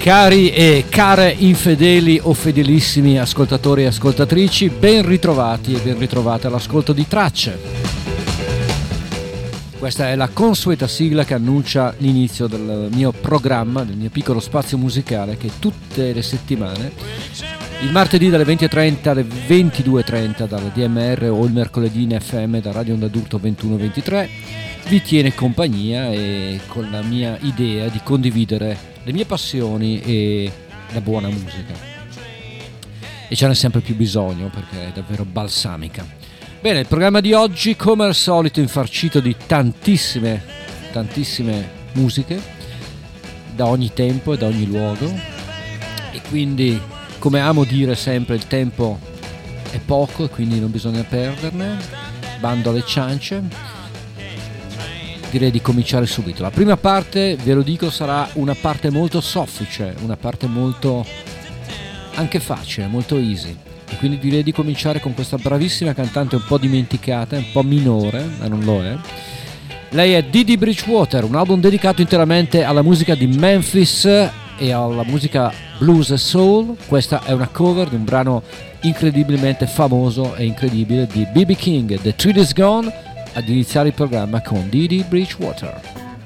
Cari e care infedeli o fedelissimi ascoltatori e ascoltatrici, ben ritrovati e ben ritrovate all'ascolto di Tracce. Questa è la consueta sigla che annuncia l'inizio del mio programma, del mio piccolo spazio musicale che tutte le settimane, il martedì dalle 20.30 alle 22.30 dalla DMR o il mercoledì in FM da Radio Onda d'Urto 21-23, vi tiene compagnia e con la mia idea di condividere le mie passioni e la buona musica. E ce n'è sempre più bisogno perché è davvero balsamica. Bene, il programma di oggi come al solito infarcito di tantissime musiche da ogni tempo e da ogni luogo, e quindi, come amo dire sempre, il tempo è poco e quindi non bisogna perderne. Bando alle ciance. Direi di cominciare subito. La prima parte, ve lo dico, sarà una parte molto soffice, una parte molto anche facile, molto easy, e quindi direi di cominciare con questa bravissima cantante un po' dimenticata, un po' minore, ma non lo è. Lei è Dee Dee Bridgewater, un album dedicato interamente alla musica di Memphis e alla musica blues e soul. Questa è una cover di un brano incredibilmente famoso e incredibile di B.B. King, The Treat Is Gone, ad iniziare il programma con Dee Dee Bridgewater.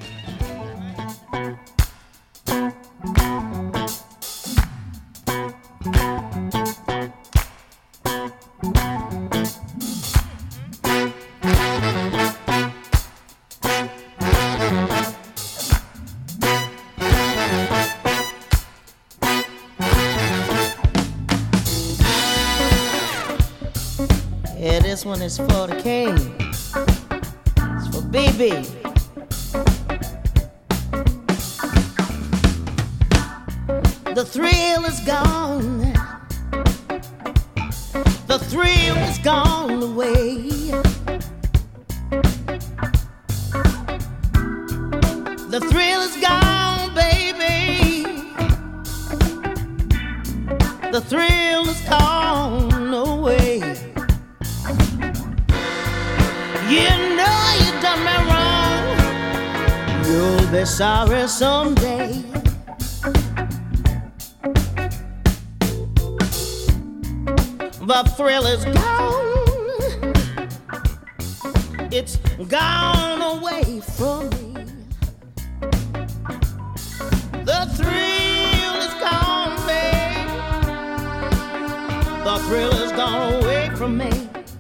Yeah, this one is for the king. Baby, the thrill is gone. The thrill is gone away. The thrill is gone, baby. The thrill is gone away. You know you done me wrong. You'll be sorry someday. The thrill is gone. It's gone away from me. The thrill is gone, babe. The thrill is gone away from me.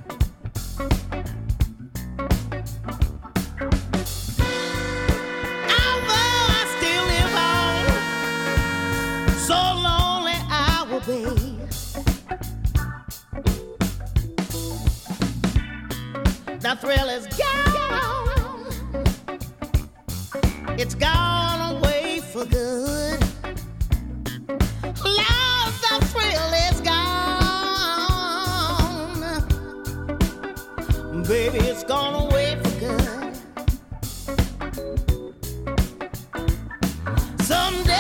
The thrill is gone. It's gone away for good. Lord, the thrill is gone. Baby, it's gone away for good. Someday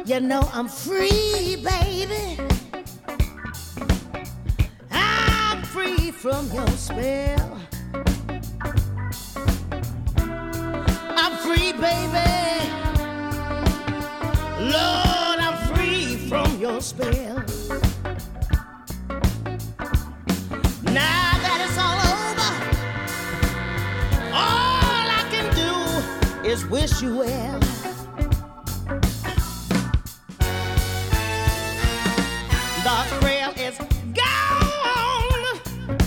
You know I'm free, baby. I'm free from your spell. I'm free, baby. Lord, I'm free from your spell. Now that it's all over, all I can do is wish you well. The thrill is gone.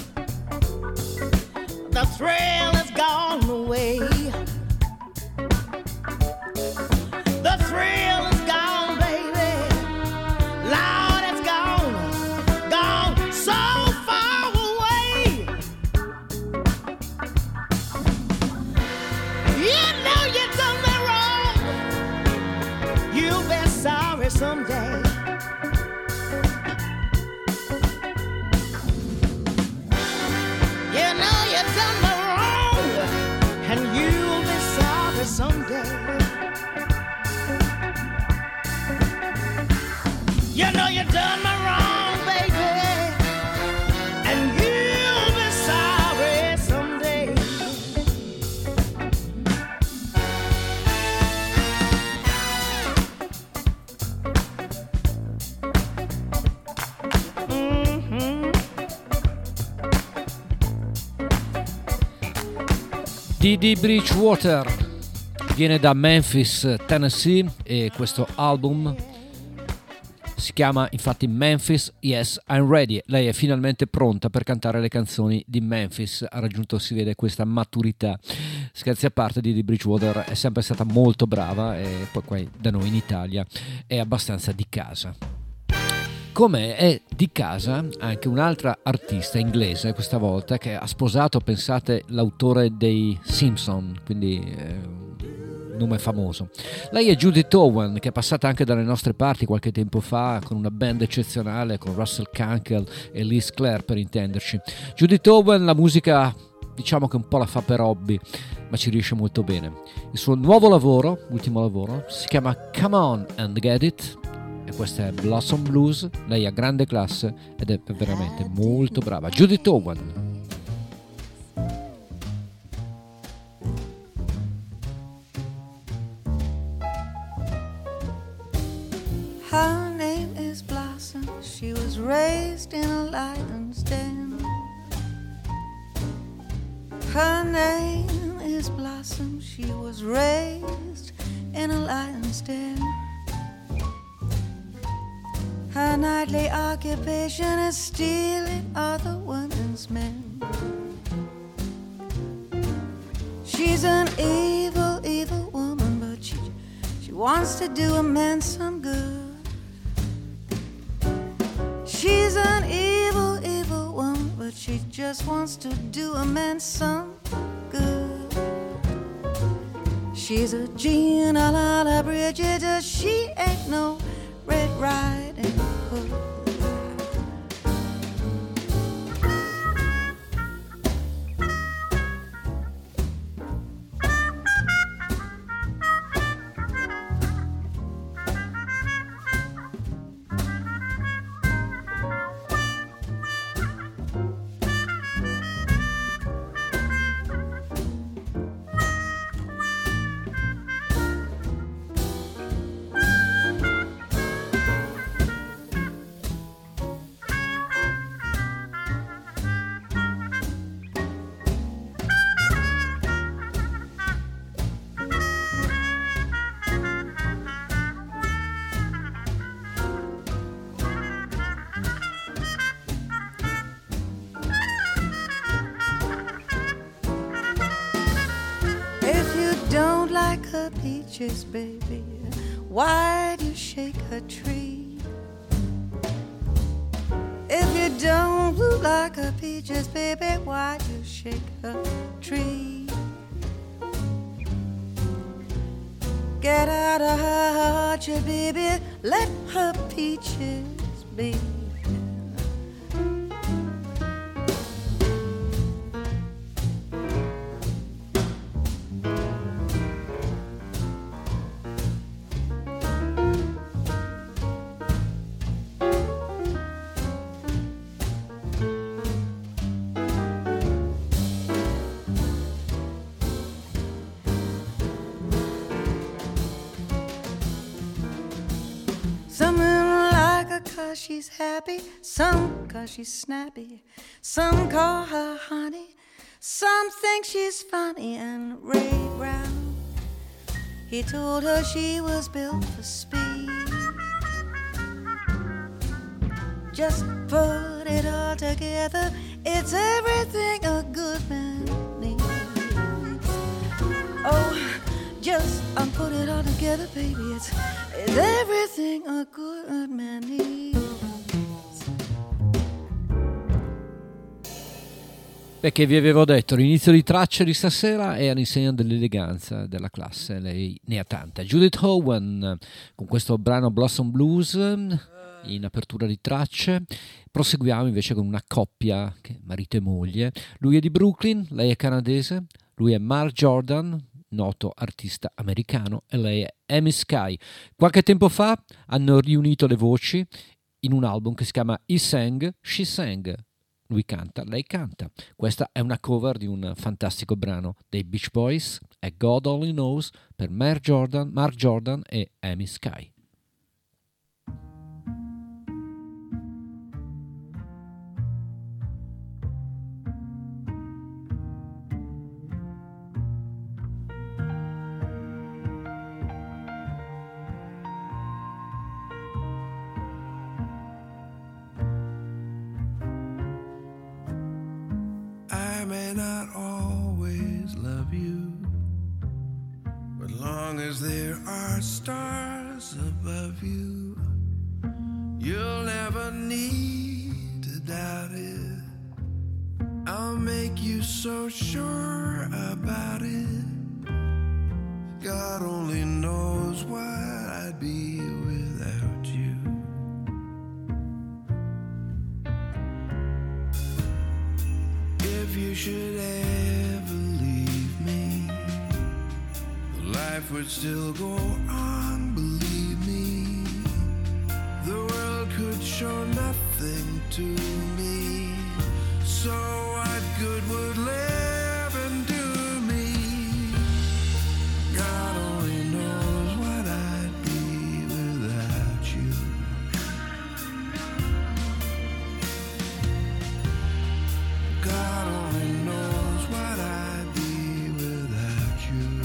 The thrill is gone away. The thrill is gone, baby. Lord, it's gone, gone so far away. You know you done me wrong. You'll be sorry someday. You know you done me wrong, and you'll be sorry someday. You know you done me wrong, baby, and you'll be sorry someday. Dee Bridgewater viene da Memphis, Tennessee, e questo album si chiama infatti Memphis, Yes, I'm Ready. Lei è finalmente pronta per cantare le canzoni di Memphis, ha raggiunto, si vede, questa maturità. Scherzi a parte, Dee Bridgewater è sempre stata molto brava e poi qua da noi in Italia è abbastanza di casa. Come è di casa anche un'altra artista inglese questa volta, che ha sposato, pensate, l'autore dei Simpson, quindi nome famoso. Lei è Judith Owen, che è passata anche dalle nostre parti qualche tempo fa con una band eccezionale, con Russell Kunkel e Liz Clare, per intenderci. Judith Owen la musica diciamo che un po' la fa per hobby, ma ci riesce molto bene. Il suo nuovo lavoro, ultimo lavoro, si chiama Come On and Get It, e questa è Blossom Blues. Lei ha grande classe ed è veramente molto brava. Judith Owen. Her name is Blossom, she was raised in a lion's den. Her name is Blossom, she was raised in a lion's den. Her nightly occupation is stealing other women's men. She's an evil, evil woman, but she wants to do a man some good. She's an evil, evil woman, but she just wants to do a man some good. She's a Gina Lala Bridget, she ain't no Red Riding Hood. Peaches, baby, why'd you shake her tree? If you don't look like her peaches, baby, why'd you shake her tree? Get out of her orchard, baby, let her peaches be. 'cause she's happy, some 'cause she's snappy, some call her honey, some think she's funny. And Ray Brown, he told her she was built for speed. Just put it all together, it's everything a good man needs. Oh, just put it all together, baby, it's everything a good man needs. Perché vi avevo detto, l'inizio di Tracce di stasera è all'insegna dell'eleganza della classe, lei ne ha tanta. Judith Owen con questo brano Blossom Blues in apertura di Tracce. Proseguiamo invece con una coppia che è marito e moglie. Lui è di Brooklyn, lei è canadese, lui è Mark Jordan, noto artista americano, e lei è Amy Sky. Qualche tempo fa hanno riunito le voci in un album che si chiama He Sang, She Sang. Lui canta, lei canta. Questa è una cover di un fantastico brano dei Beach Boys, è God Only Knows, per Mark Jordan e Amy Sky. I may not always love you, but long as there are stars above you, you'll never need to doubt it. I'll make you so sure about it. God only knows what I'd be without you. If you should ever leave me, life would still go on, believe me. The world could show nothing to me, so what good would live and do me? God only knows what I'd be without you. God only knows what I'd be without you.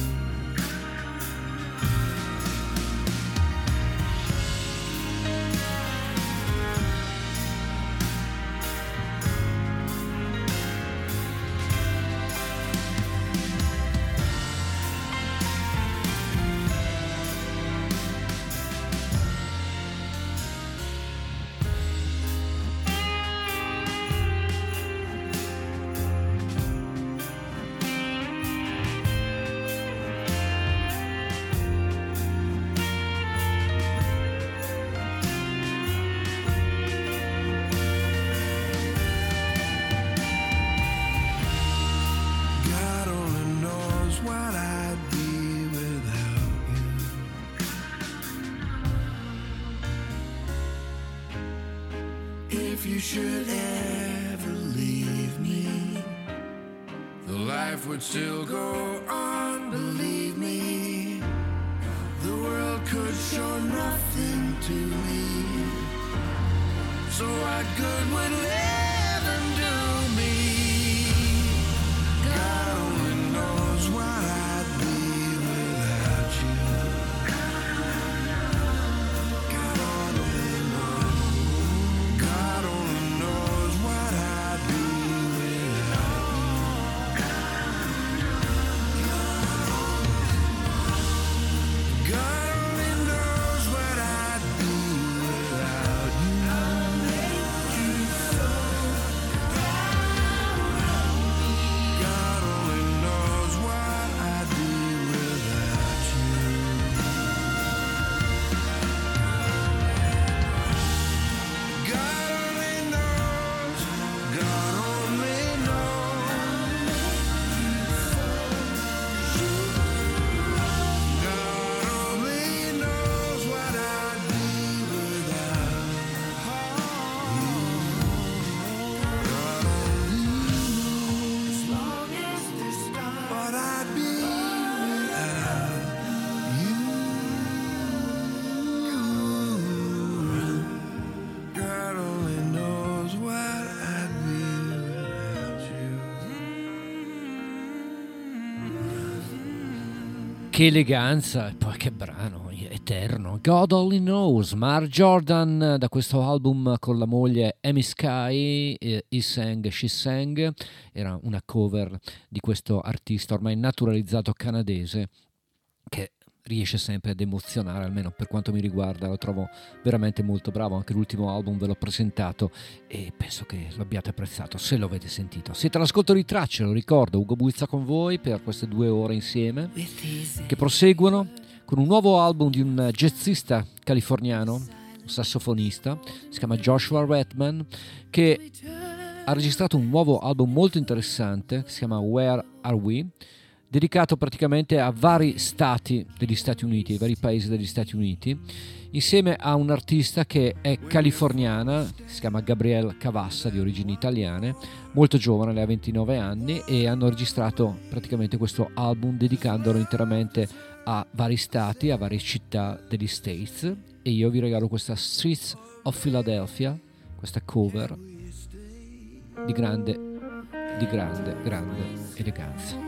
God only knows what I'd be without you. If you should ever leave me, the life would still go on, believe me. The world could show nothing to me, so what good would live and do me? God only knows what I'd be without you. God only knows. God only knows what I'd be without you. God only knows what I'd be without you. che eleganza, e poi che brano eterno. God Only Knows, Mark Jordan, da questo album con la moglie Amy Sky, He Sang, She Sang. Era una cover di questo artista ormai naturalizzato canadese che riesce sempre ad emozionare, almeno per quanto mi riguarda. Lo trovo veramente molto bravo. Anche l'ultimo album ve l'ho presentato e penso che lo abbiate apprezzato, se lo avete sentito. Siete all'ascolto di Tracce, lo ricordo, Ugo Buizza con voi per queste 2 ore insieme, che proseguono con un nuovo album di un jazzista californiano, un sassofonista, si chiama Joshua Redman, che ha registrato un nuovo album molto interessante che si chiama Where Are We?, dedicato praticamente a vari stati degli Stati Uniti, ai vari paesi degli Stati Uniti, insieme a un artista che è californiana, si chiama Gabrielle Cavassa, di origini italiane, molto giovane, lei ha 29 anni, e hanno registrato praticamente questo album dedicandolo interamente a vari stati, a varie città degli States, e io vi regalo questa Streets of Philadelphia, questa cover di grande eleganza.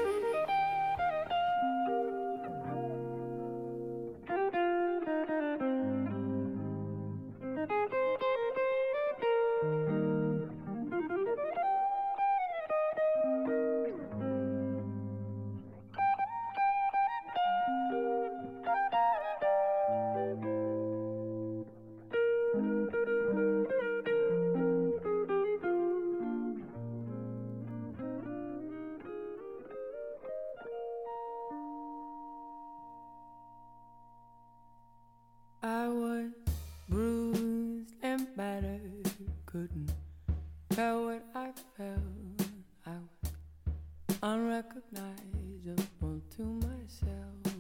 I was bruised and battered, couldn't tell what I felt. I was unrecognizable to myself.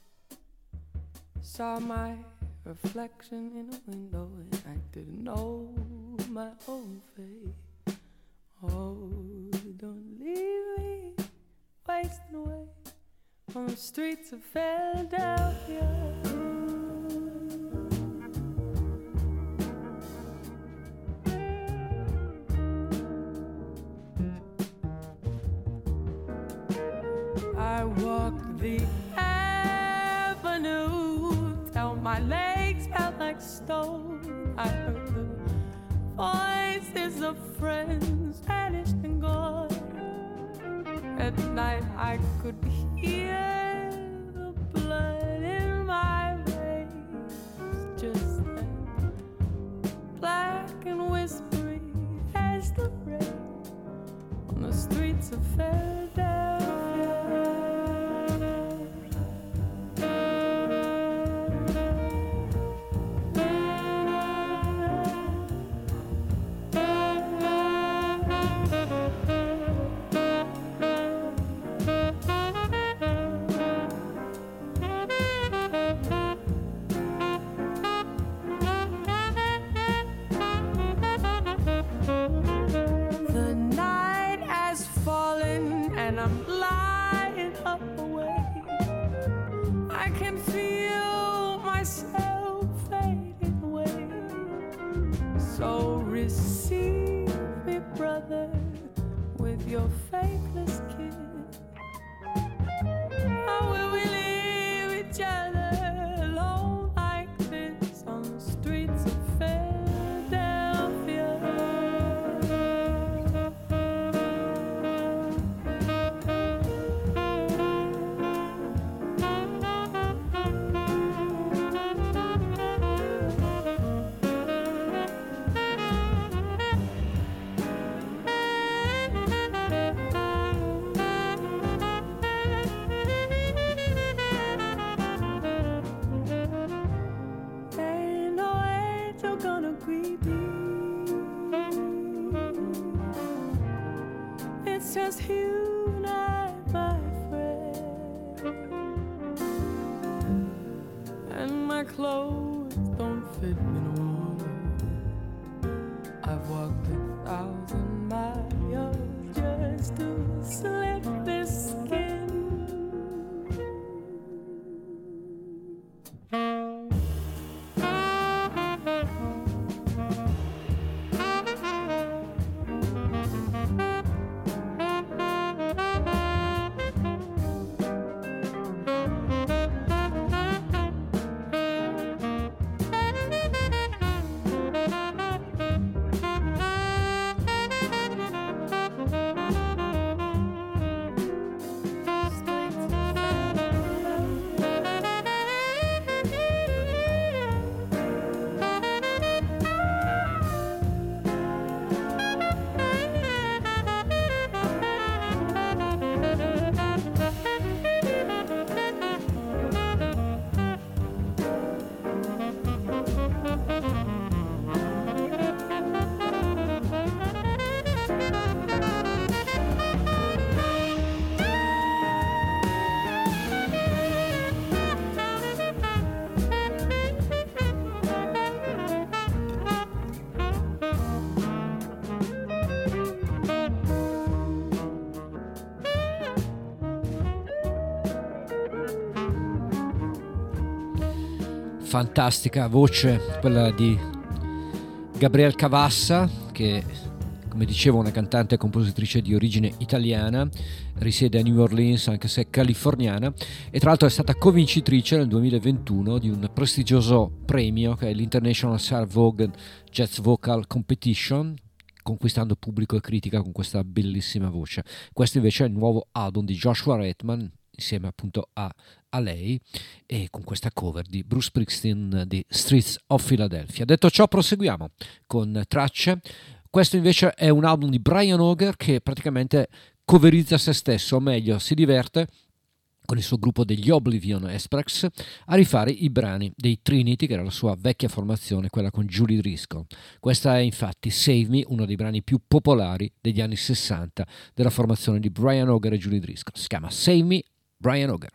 Saw my reflection in a window and I didn't know my own face. Oh, don't leave me wasting away on the streets of Philadelphia. I walked the avenue till my legs felt like stone. I heard the voices of friends vanished and gone. At night I could hear the blood in my veins, just like black and whispery as the rain on the streets of Philadelphia. I'm lying up awake. I can feel myself fading away. So receive me, brother, with your faithless kiss. How will we leave each other alone like this on the streets of Philadelphia? It's just you and I, my friend, and my clothes don't fit me no more. I've walked 1,000 miles just to slip this skin. fantastica voce, quella di Gabriel Cavassa, che, come dicevo, è una cantante e compositrice di origine italiana, risiede a New Orleans anche se è californiana, e tra l'altro è stata co-vincitrice nel 2021 di un prestigioso premio che è l'International Sarah Vaughan Jazz Vocal Competition, conquistando pubblico e critica con questa bellissima voce. Questo invece è il nuovo album di Joshua Redman insieme appunto a lei, e con questa cover di Bruce Springsteen di Streets of Philadelphia. Detto ciò, proseguiamo con tracce. Questo invece è un album di Brian Auger che praticamente coverizza se stesso, o meglio si diverte con il suo gruppo degli Oblivion Express a rifare i brani dei Trinity, che era la sua vecchia formazione, quella con Julie Driscoll. Questa è infatti Save Me, uno dei brani più popolari degli anni 60 della formazione di Brian Auger e Julie Driscoll. Si chiama Save Me, Brian Auger.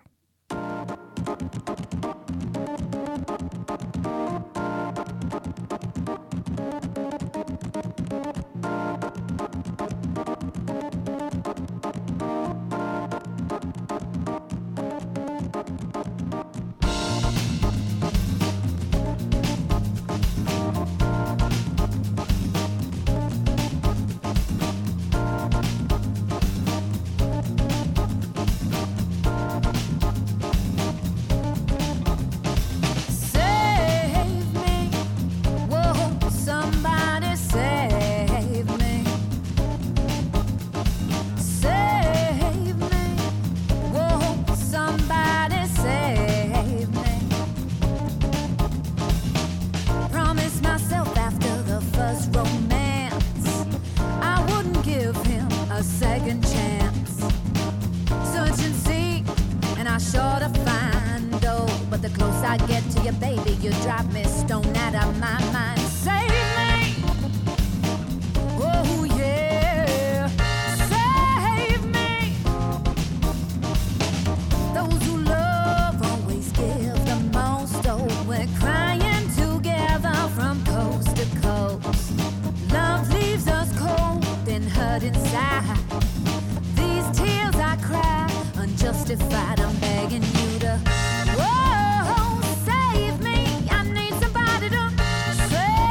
Save me, I need somebody to save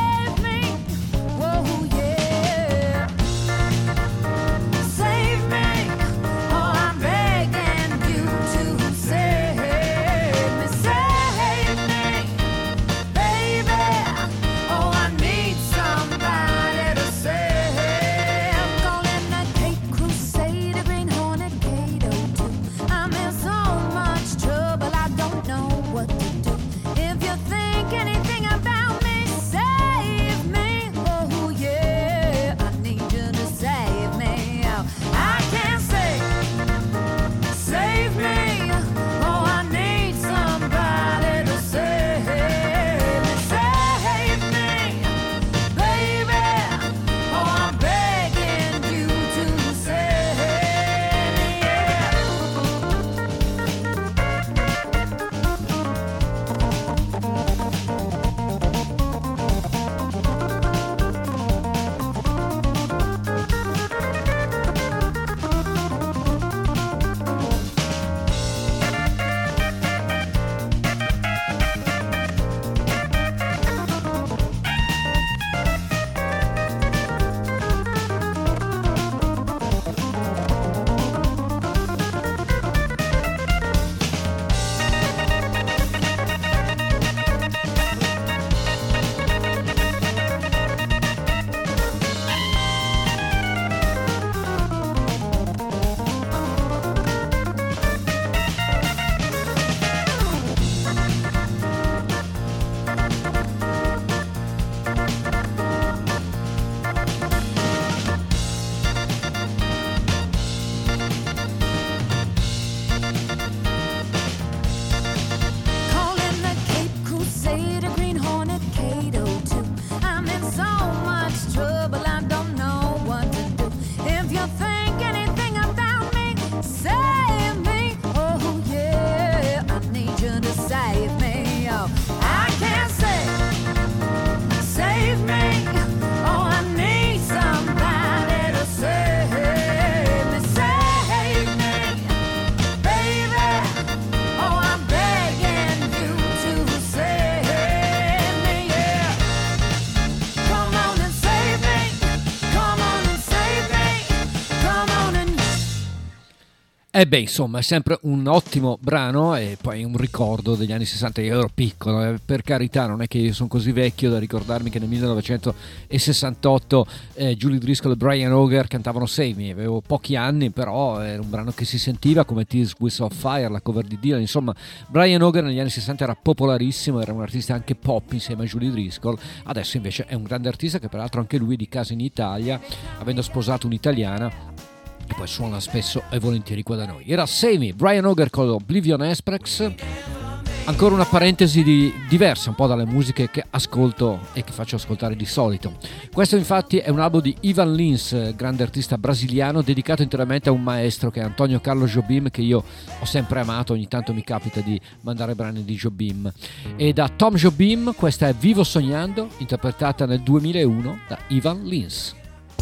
beh, insomma, è sempre un ottimo brano e poi un ricordo degli anni 60. Io ero piccolo, per carità, non è che io sono così vecchio da ricordarmi che nel 1968 Julie Driscoll e Brian Auger cantavano Save Me. Avevo pochi anni, però era un brano che si sentiva come Tears Whistle of Fire, la cover di Dylan. Insomma, Brian Auger negli anni 60 era popolarissimo, era un artista anche pop insieme a Julie Driscoll. Adesso invece è un grande artista che peraltro anche lui è di casa in Italia, avendo sposato un'italiana, e poi suona spesso e volentieri qua da noi. Era Save Me, Brian Auger con Oblivion Express. Ancora una parentesi diversa un po' dalle musiche che ascolto e che faccio ascoltare di solito. Questo infatti è un album di Ivan Lins, grande artista brasiliano, dedicato interamente a un maestro che è Antonio Carlos Jobim, che io ho sempre amato. Ogni tanto mi capita di mandare brani di Jobim. E da Tom Jobim questa è Vivo Sognando, interpretata nel 2001 da Ivan Lins.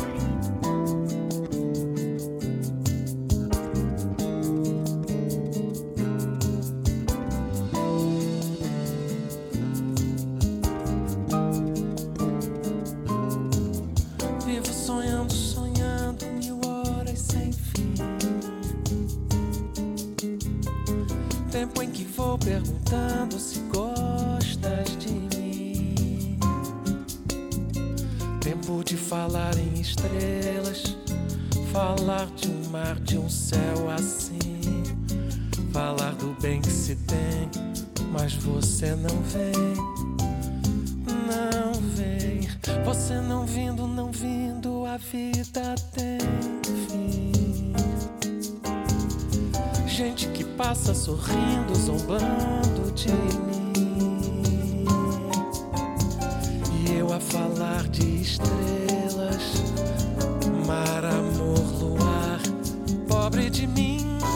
Perguntando se gostas de mim. Tempo de falar em estrelas, falar de um mar, de um céu assim, falar do bem que se tem, mas você não vem, não vem. Você não vindo, a vida tem fim. Gente que passa sorrindo, zombando de mim, e eu a falar de estrelas, mar, amor, luar. Pobre de mim,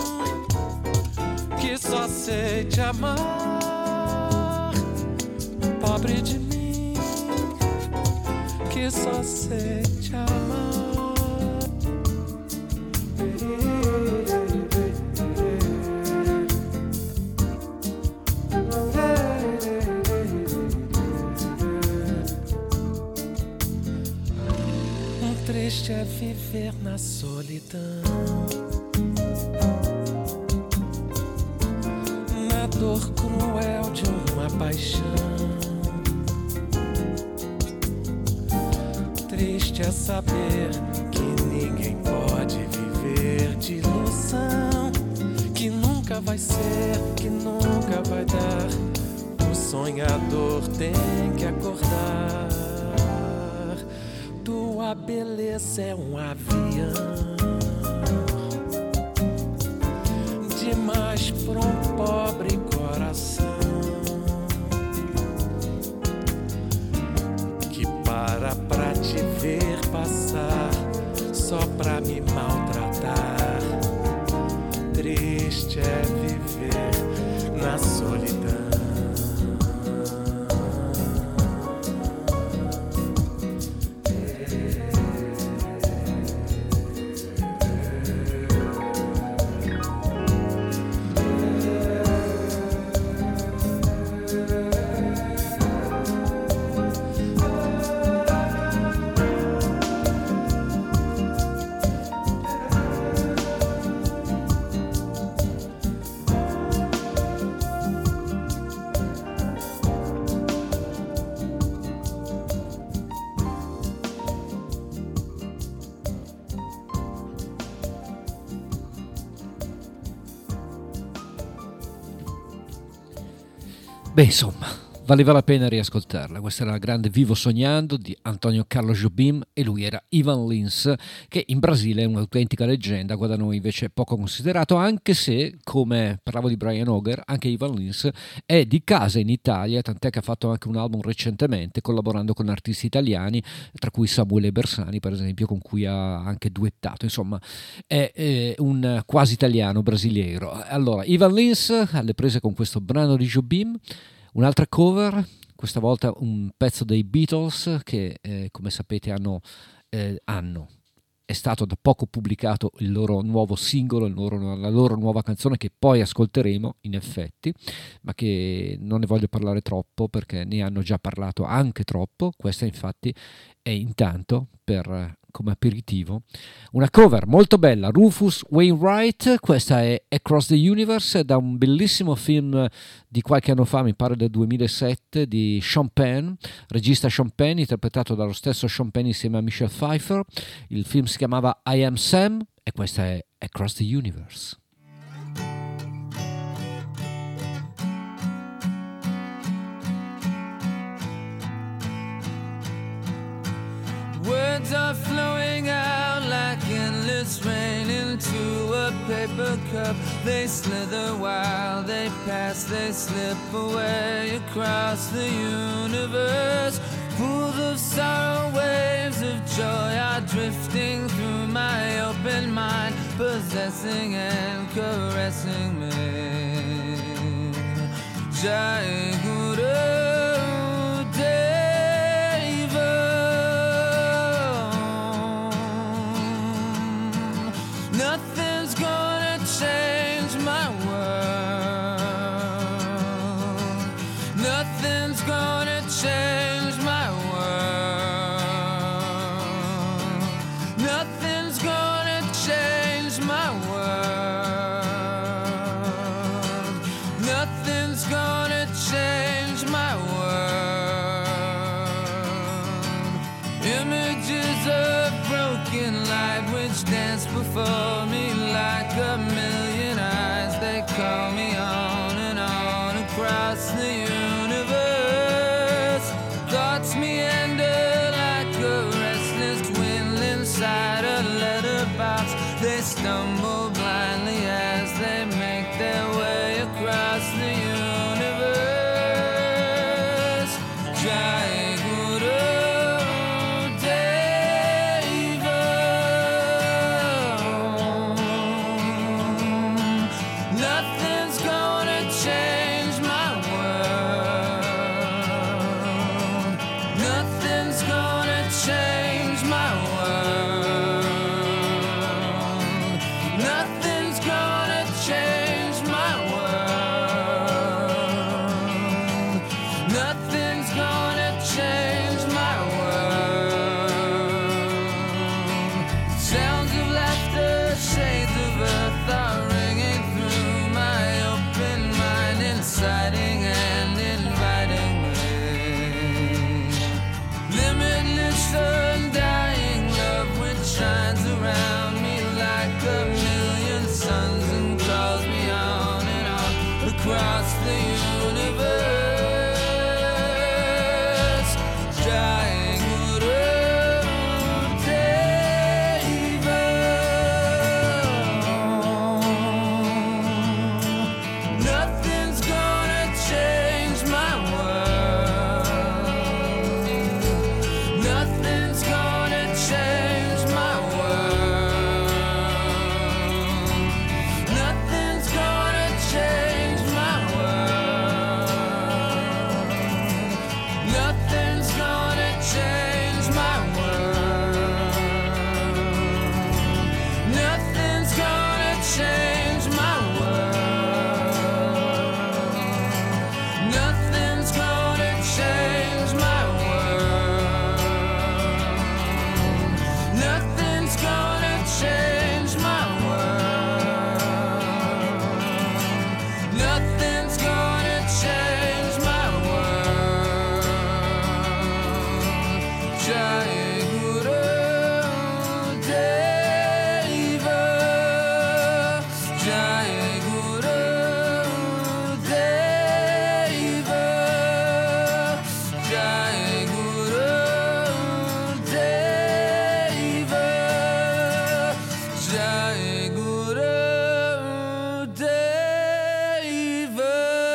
que só sei te amar. Pobre de mim, que só sei te amar. Triste é viver na solidão, na dor cruel de uma paixão. Triste é saber que ninguém pode viver de ilusão, que nunca vai ser, que nunca vai dar. O sonhador tem que acordar. Tua beleza é um avião demais pra um pobre coração que para pra te ver passar só pra me maltratar. Triste é viver na solidão. Beh, insomma, valeva la pena riascoltarla. Questa era la grande Vivo Sognando di Antonio Carlos Jobim e lui era Ivan Lins, che in Brasile è un'autentica leggenda, qua da noi invece è poco considerato, anche se, come parlavo di Brian Auger, anche Ivan Lins è di casa in Italia, tant'è che ha fatto anche un album recentemente collaborando con artisti italiani, tra cui Samuele Bersani per esempio, con cui ha anche duettato. Insomma, è un quasi italiano brasileiro. Allora, Ivan Lins alle prese con questo brano di Jobim. Un'altra cover, questa volta un pezzo dei Beatles che come sapete è stato da poco pubblicato il loro nuovo singolo, la loro nuova canzone che poi ascolteremo in effetti, ma che non ne voglio parlare troppo perché ne hanno già parlato anche troppo. Questa infatti è intanto per come aperitivo. Una cover molto bella, Rufus Wainwright, questa è Across the Universe, da un bellissimo film di qualche anno fa, mi pare del 2007, di Sean Penn, regista Sean Penn, interpretato dallo stesso Sean Penn insieme a Michelle Pfeiffer. Il film si chiamava I Am Sam e questa è Across the Universe. Words are flowing out like endless rain into a paper cup. They slither while they pass, they slip away across the universe. Pools of sorrow, waves of joy are drifting through my open mind, possessing and caressing me. Jai Guru nothing's gonna change my world. Nothing's gonna change my world. Nothing's gonna change my world. Nothing's gonna change my world. Images of broken light which dance before me like a million eyes. They call me on and on across the universe. Thoughts meander like a restless wind inside a letterbox. They stumble blindly as they make their way across the universe. Jai Guru nothing's gonna change my world. Nothing's gonna change my world. Nothing's gonna change my world. Nothing's gonna change my world. Sounds of laughter, shades of earth are ringing through my open mind, inciting and inviting me. Limitless, undying love which shines around me like a million suns and calls me on and on across the universe. Jai Guru Deva. Nothing's gonna change my world. Nothing's gonna change my world. Nothing's gonna change my world. Nothing's gonna change my world. Nothing's gonna change my world. Nothing's gonna change my world. Nothing's gonna change my world. Nothing's gonna change my world. Jai Guru Deva. Jai Guru Deva. Jai Guru Deva. Jai Guru Deva.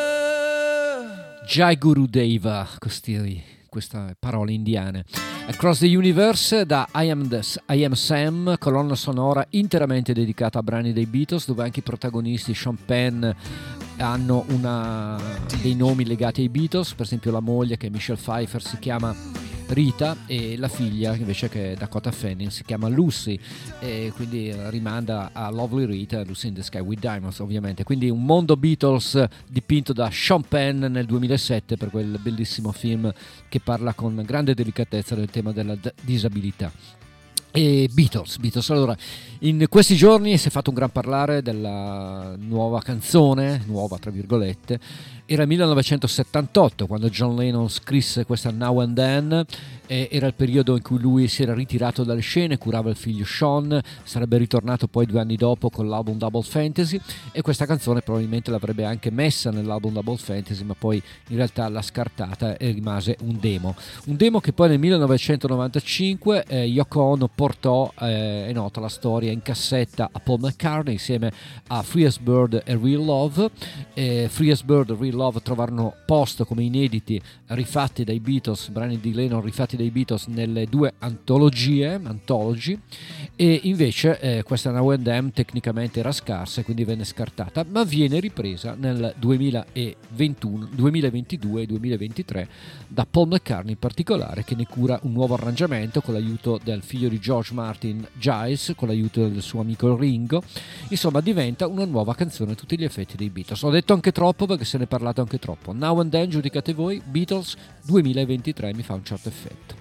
Jai Guru Deva, queste parole indiane. Across the Universe da I Am Sam, colonna sonora interamente dedicata a brani dei Beatles, dove anche i protagonisti Sean Penn hanno dei nomi legati ai Beatles, per esempio la moglie, che è Michelle Pfeiffer, si chiama Rita, e la figlia invece, che è Dakota Fanning, si chiama Lucy, e quindi rimanda a Lovely Rita, Lucy in the Sky with Diamonds, ovviamente. Quindi un mondo Beatles dipinto da Sean Penn nel 2007 per quel bellissimo film che parla con grande delicatezza del tema della disabilità. E Beatles. Allora, in questi giorni si è fatto un gran parlare della nuova canzone, nuova tra virgolette. Era il 1978 quando John Lennon scrisse questa Now and Then, era il periodo in cui lui si era ritirato dalle scene, curava il figlio Sean, sarebbe ritornato poi 2 anni dopo con l'album Double Fantasy, e questa canzone probabilmente l'avrebbe anche messa nell'album Double Fantasy, ma poi in realtà l'ha scartata e rimase un demo che poi nel 1995 Yoko Ono portò, è nota la storia, in cassetta a Paul McCartney insieme a Free as Bird e Real Love. Free as Bird e Real Love trovarono posto come inediti rifatti dai Beatles, brani di Lennon rifatti dai Beatles nelle 2 anthology, e invece questa Now and Then tecnicamente era scarsa e quindi venne scartata, ma viene ripresa nel 2021, 2022 e 2023 da Paul McCartney in particolare, che ne cura un nuovo arrangiamento con l'aiuto del figlio di George Martin, Giles, con l'aiuto del suo amico Ringo. Insomma, diventa una nuova canzone a tutti gli effetti dei Beatles. Ho detto anche troppo perché se ne è parlato anche troppo. Now and Then, giudicate voi. Beatles 2023 mi fa un certo effetto.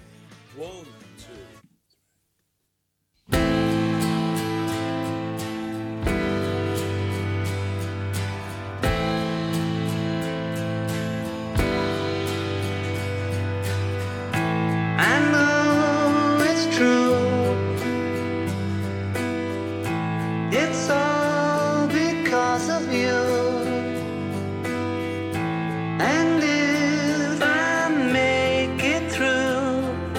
It's all because of you. And if I make it through,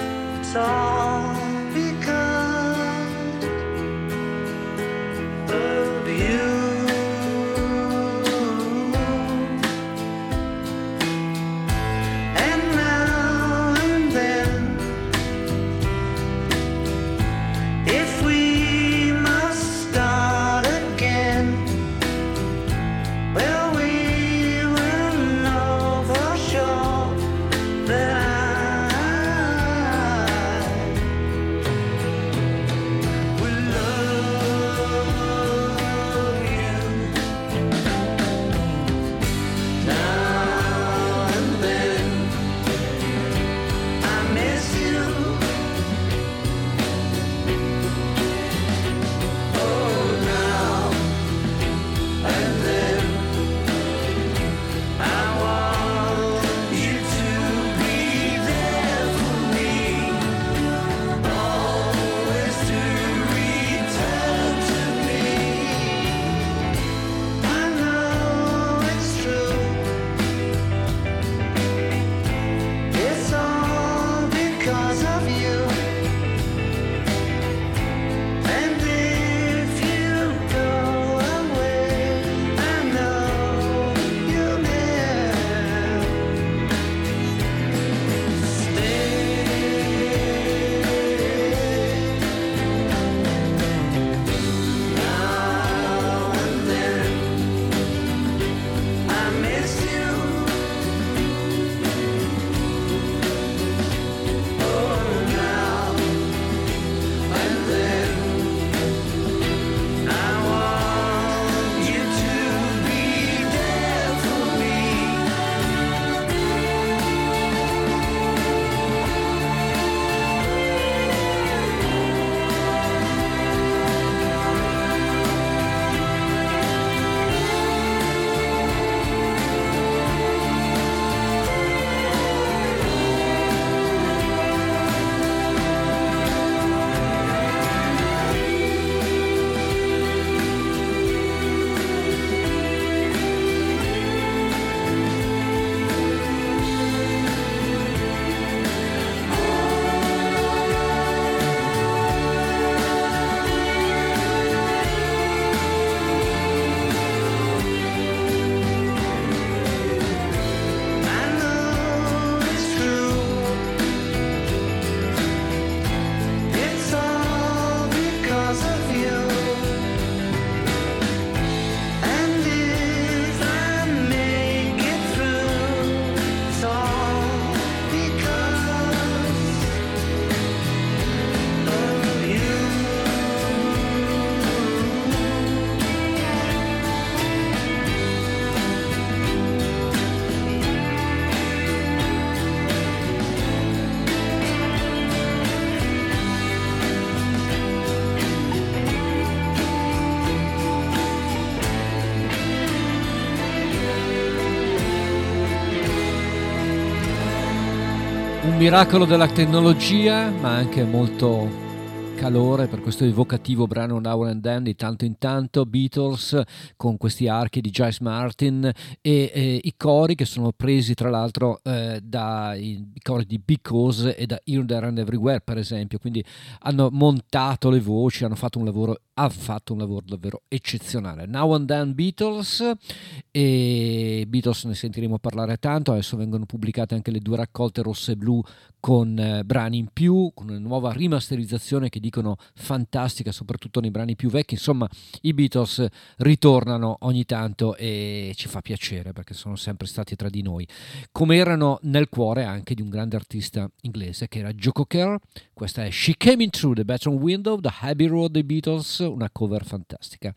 Un miracolo della tecnologia, ma anche molto calore per questo evocativo brano Now and Then di tanto in tanto. Beatles con questi archi di Giles Martin e i cori che sono presi tra l'altro dai cori di Because e da Here, There and Everywhere, per esempio, quindi hanno montato le voci, ha fatto un lavoro davvero eccezionale. Now and Then Beatles, e Beatles ne sentiremo parlare tanto. Adesso vengono pubblicate anche le 2 raccolte rosse e blu con brani in più, con una nuova rimasterizzazione che dicono fantastica, soprattutto nei brani più vecchi. Insomma, i Beatles ritornano ogni tanto e ci fa piacere perché sono sempre stati tra di noi, come erano nel cuore anche di un grande artista inglese che era Joe Cocker. Questa è She Came In Through the Bedroom Window, The Abbey Road dei Beatles, una cover fantastica.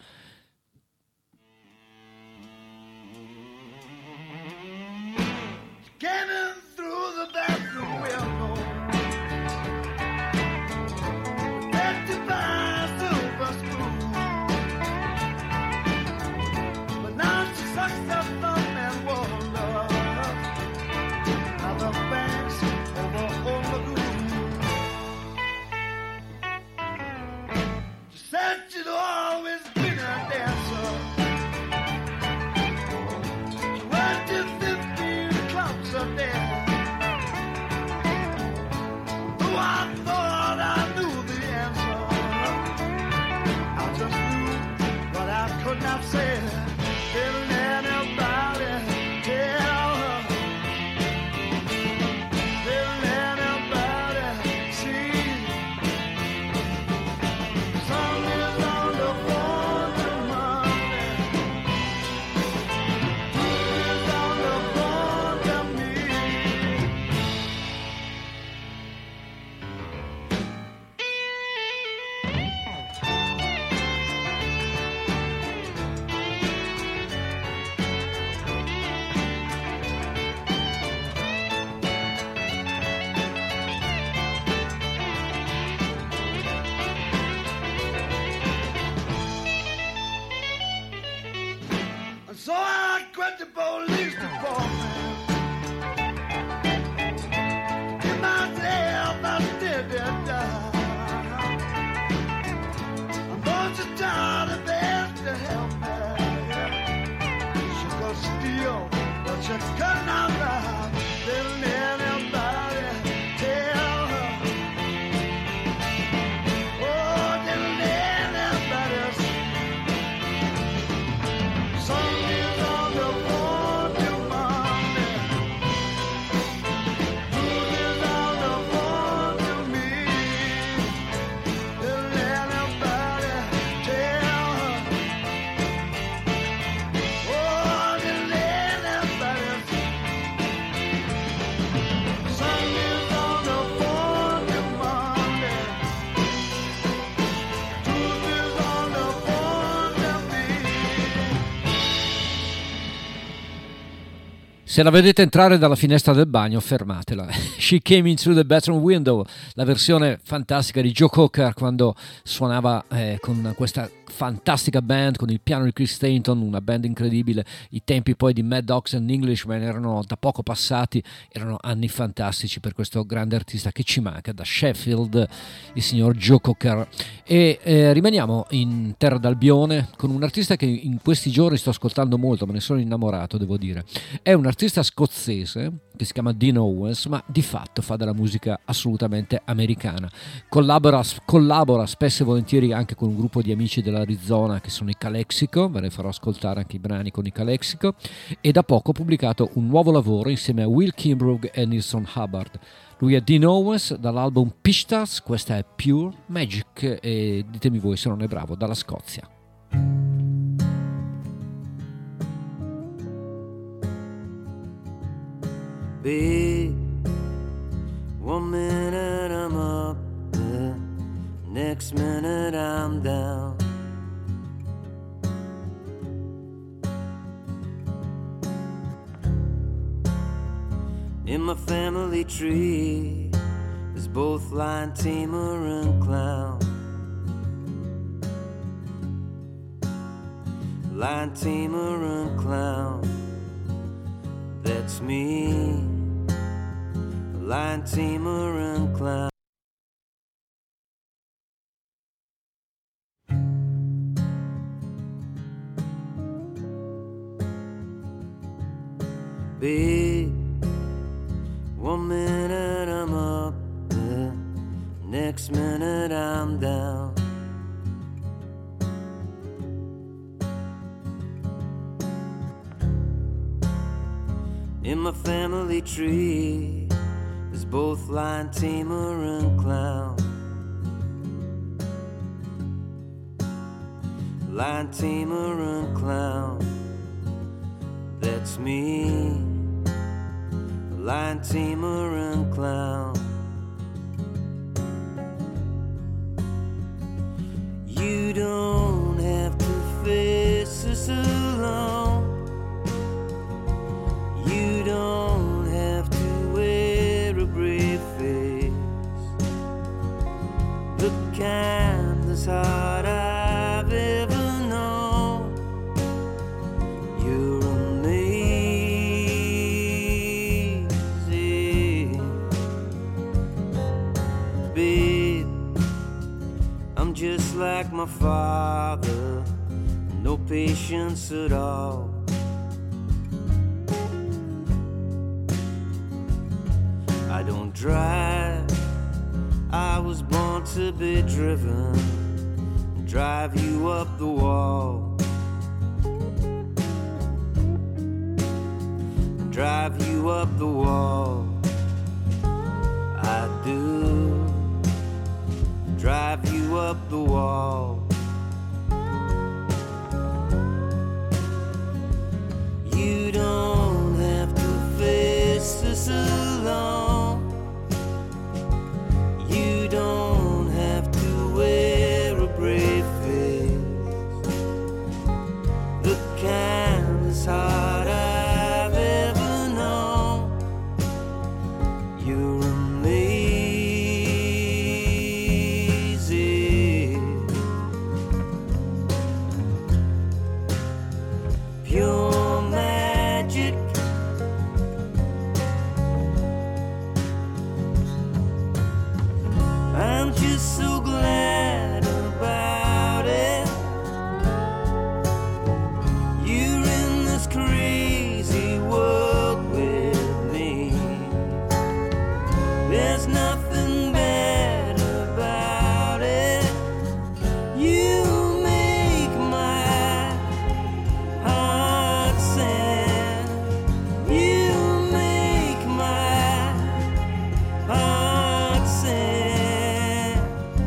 Getting through the bathroom window, that divine silver spoon. But now she sucks her thumb and wonders how the banks over on the lagoon. She said she'd always been a dancer. She worked in 15 clubs a day. Though I thought I knew the answer, I just knew what I could not say. Didn't anybody tell her? Didn't anybody see? Sun is on the phone to Monday. Moon is on the phone to me. And so I quit the police department. Give myself a ticket down. I'm going to try the best to help me. She could steal, but she could not lie. Didn't anybody tell her? Oh, didn't anybody see? Sun is on the phone to Monday. Moon is on the phone to me. Didn't anybody tell her? Oh, didn't anybody see? Sun is on the phone to Monday. Moon is on the phone to me. Se la vedete entrare dalla finestra del bagno, fermatela. She Came In Through the Bedroom Window, la versione fantastica di Joe Cocker quando suonava con questa fantastica band, con il piano di Chris Stanton, una band incredibile. I tempi poi di Mad Dogs and Englishmen erano da poco passati, erano anni fantastici per questo grande artista che ci manca da Sheffield, il signor Joe Cocker. E rimaniamo in terra d'Albione con un artista che in questi giorni sto ascoltando molto, me ne sono innamorato, devo dire. È un artista scozzese che si chiama Dean Owens, ma di fatto fa della musica assolutamente americana. Collabora spesso e volentieri anche con un gruppo di amici dell'Arizona che sono i Calexico, ve ne farò ascoltare anche i brani con i Calexico, e da poco ha pubblicato un nuovo lavoro insieme a Will Kimbrough e Nilsson Hubbard. Lui è Dean Owens dall'album Pishtas, questa è Pure Magic e ditemi voi se non è bravo, dalla Scozia. Babe, one minute I'm up, the next minute I'm down. In my family tree, there's both lion tamer and clown. Lion tamer and clown, that's me. lion tamer and clown. Babe, 1 minute I'm up, the next minute I'm down. In my family tree, there's both lion tamer and clown. Lion tamer and clown, that's me. Lion tamer and clown. You don't have to face this alone. You don't have to wear a brave face. The kindest heart I've ever known. You're amazing, babe. I'm just like my father, no patience at all. I don't drive, I was born to be driven, drive you up the wall, drive you up the wall. I do, drive you up the wall. You don't have to face this alone. You don't have to wear a brave face. The kindest heart I've ever known. You're amazing. Pure magic. I'm just so glad about it. You're in this crazy world with me. There's nothing bad about it. You make my heart sing. You make my heart sing.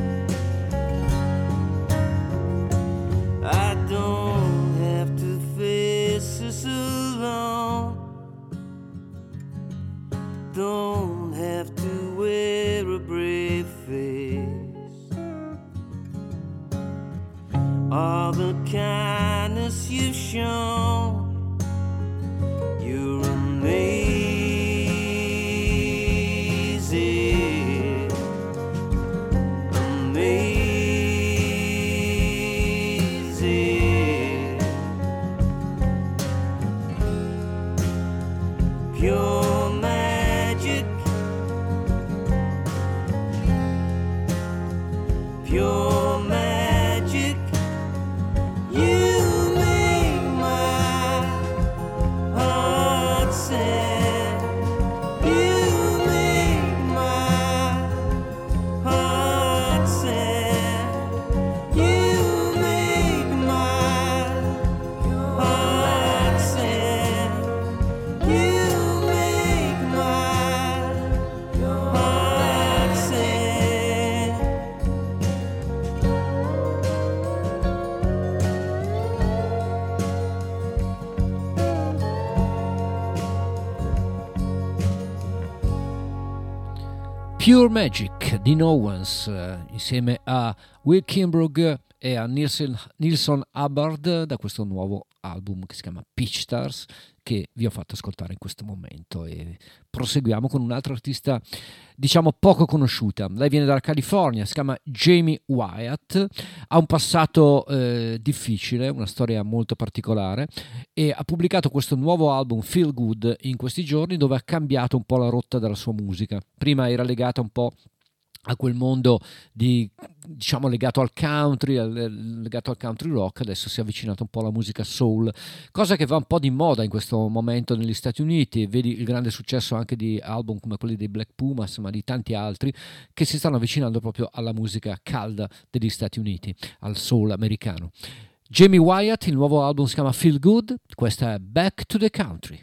I don't have to face this alone. Don't have to wear a brave face. All the kindness you've shown, you're amazing. Amazing. Pure magic. Pure magic. You make my heart sing. You make my heart sing. You make my heart sing. You make my heart sing. Pure Magic di No Ones insieme a Will Kimbrough e a Nilsson Hubbard da questo nuovo album che si chiama Peach Stars, che vi ho fatto ascoltare in questo momento. E proseguiamo con un'altra artista diciamo poco conosciuta. Lei viene dalla California, si chiama Jamie Wyatt, ha un passato difficile, una storia molto particolare, e ha pubblicato questo nuovo album Feel Good in questi giorni, dove ha cambiato un po' la rotta della sua musica. Prima era legata un po' a quel mondo diciamo legato al country rock, adesso si è avvicinato un po' alla musica soul, cosa che va un po' di moda in questo momento negli Stati Uniti. Vedi il grande successo anche di album come quelli dei Black Pumas, ma di tanti altri che si stanno avvicinando proprio alla musica calda degli Stati Uniti, al soul americano. Jamie Wyatt, il nuovo album si chiama Feel Good, questa è Back to the Country.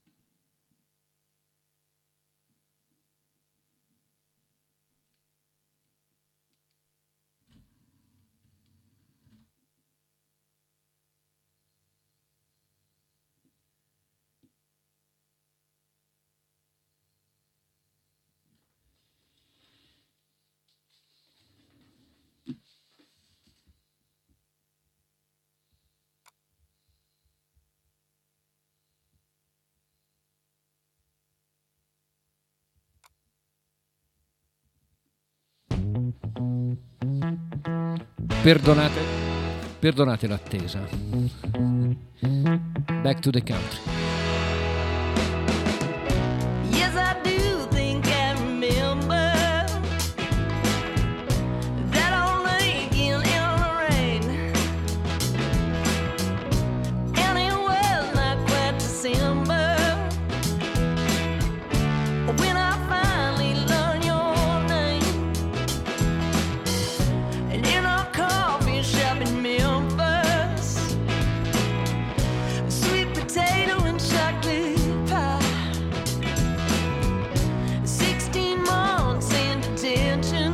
Perdonate l'attesa. Back to the Country. Yes, I do think I remember that old lake in Lorraine, and it was not quite December when I finally learned your name. And in our coffee shop in Memphis, sweet potato and chocolate pie, 16 months in detention.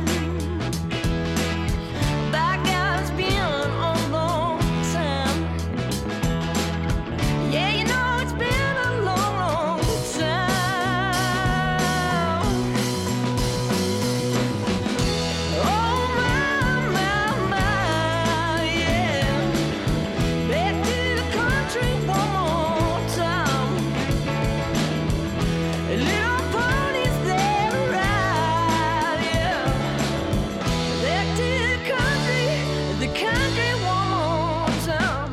By God, it's been a long time. Yeah, you know it's been a long, long time. Oh my, yeah. Back to the country one more time. Little ponies that ride, yeah. Back to the country one more time.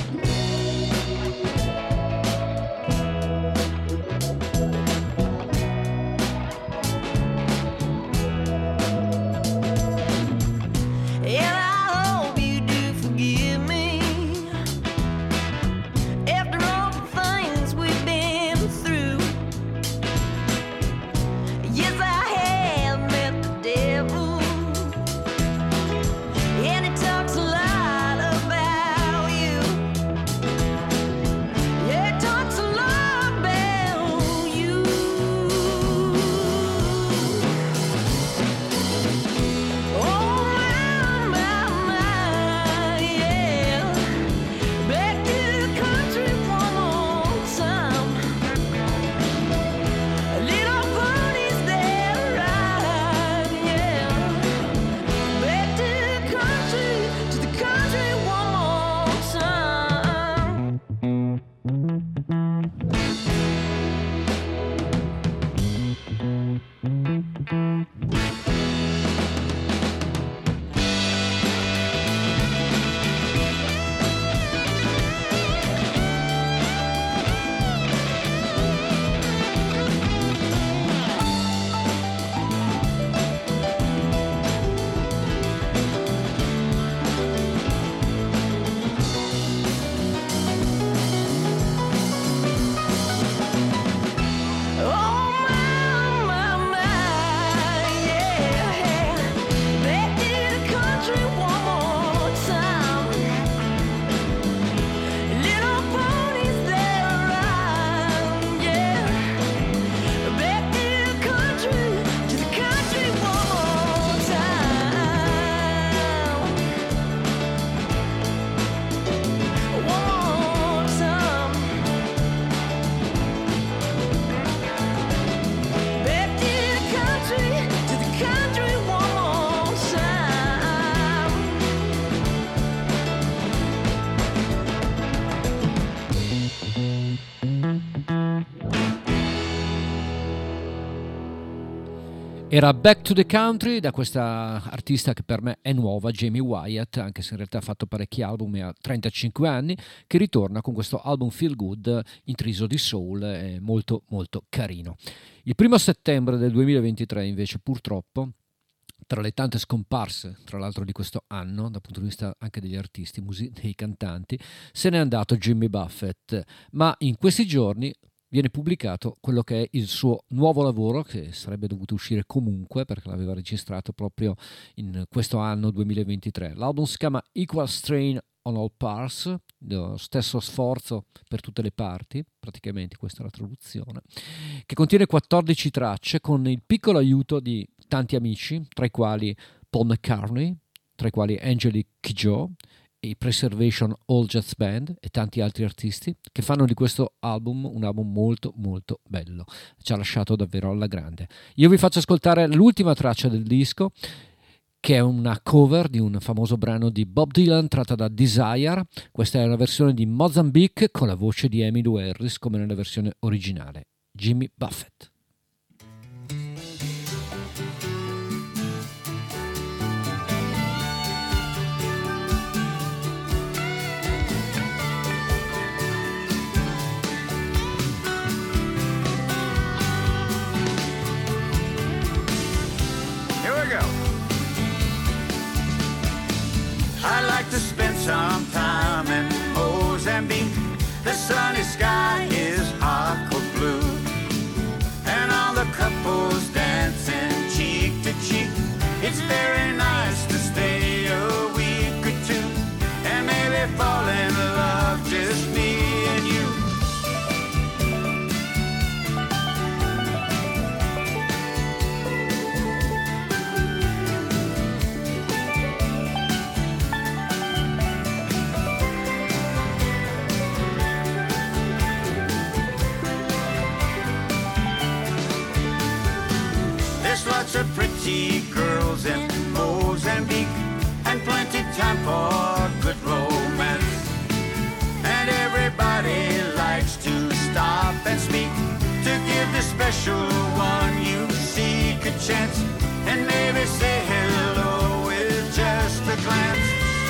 And I hope you do forgive me after all the things we've been through. Era Back to the Country da questa artista che per me è nuova, Jamie Wyatt, anche se in realtà ha fatto parecchi album e ha 35 anni, che ritorna con questo album Feel Good intriso di soul, molto molto carino. Il 1° settembre del 2023 invece purtroppo, tra le tante scomparse tra l'altro di questo anno dal punto di vista anche degli artisti, dei cantanti, se n'è andato Jimmy Buffett, ma in questi giorni viene pubblicato quello che è il suo nuovo lavoro, che sarebbe dovuto uscire comunque perché l'aveva registrato proprio in questo anno 2023. L'album si chiama Equal Strain on All Parts, lo stesso sforzo per tutte le parti, praticamente questa è la traduzione, che contiene 14 tracce con il piccolo aiuto di tanti amici, tra i quali Paul McCartney, tra i quali Angelique Kidjo, i Preservation All Jazz Band e tanti altri artisti che fanno di questo album un album molto molto bello, ci ha lasciato davvero alla grande. Io vi faccio ascoltare l'ultima traccia del disco, che è una cover di un famoso brano di Bob Dylan tratta da Desire. Questa è una versione di Mozambique con la voce di Emmylou Harris come nella versione originale. Jimmy Buffett. I'd like to spend some time in Mozambique. The sunny sky is aqua blue, and all the couples dancing cheek to cheek. It's very nice to stay a week or two, and maybe fall in love, just me and you. There's lots of pretty girls in Mozambique, and plenty time for good romance. And everybody likes to stop and speak, to give the special one you seek a chance, and maybe say hello with just a glance.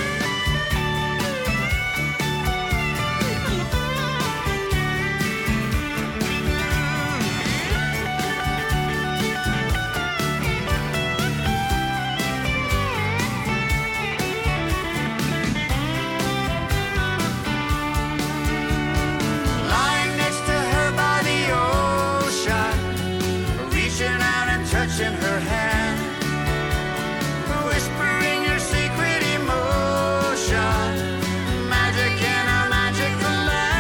In her hand, whispering your secret emotion, magic in a magical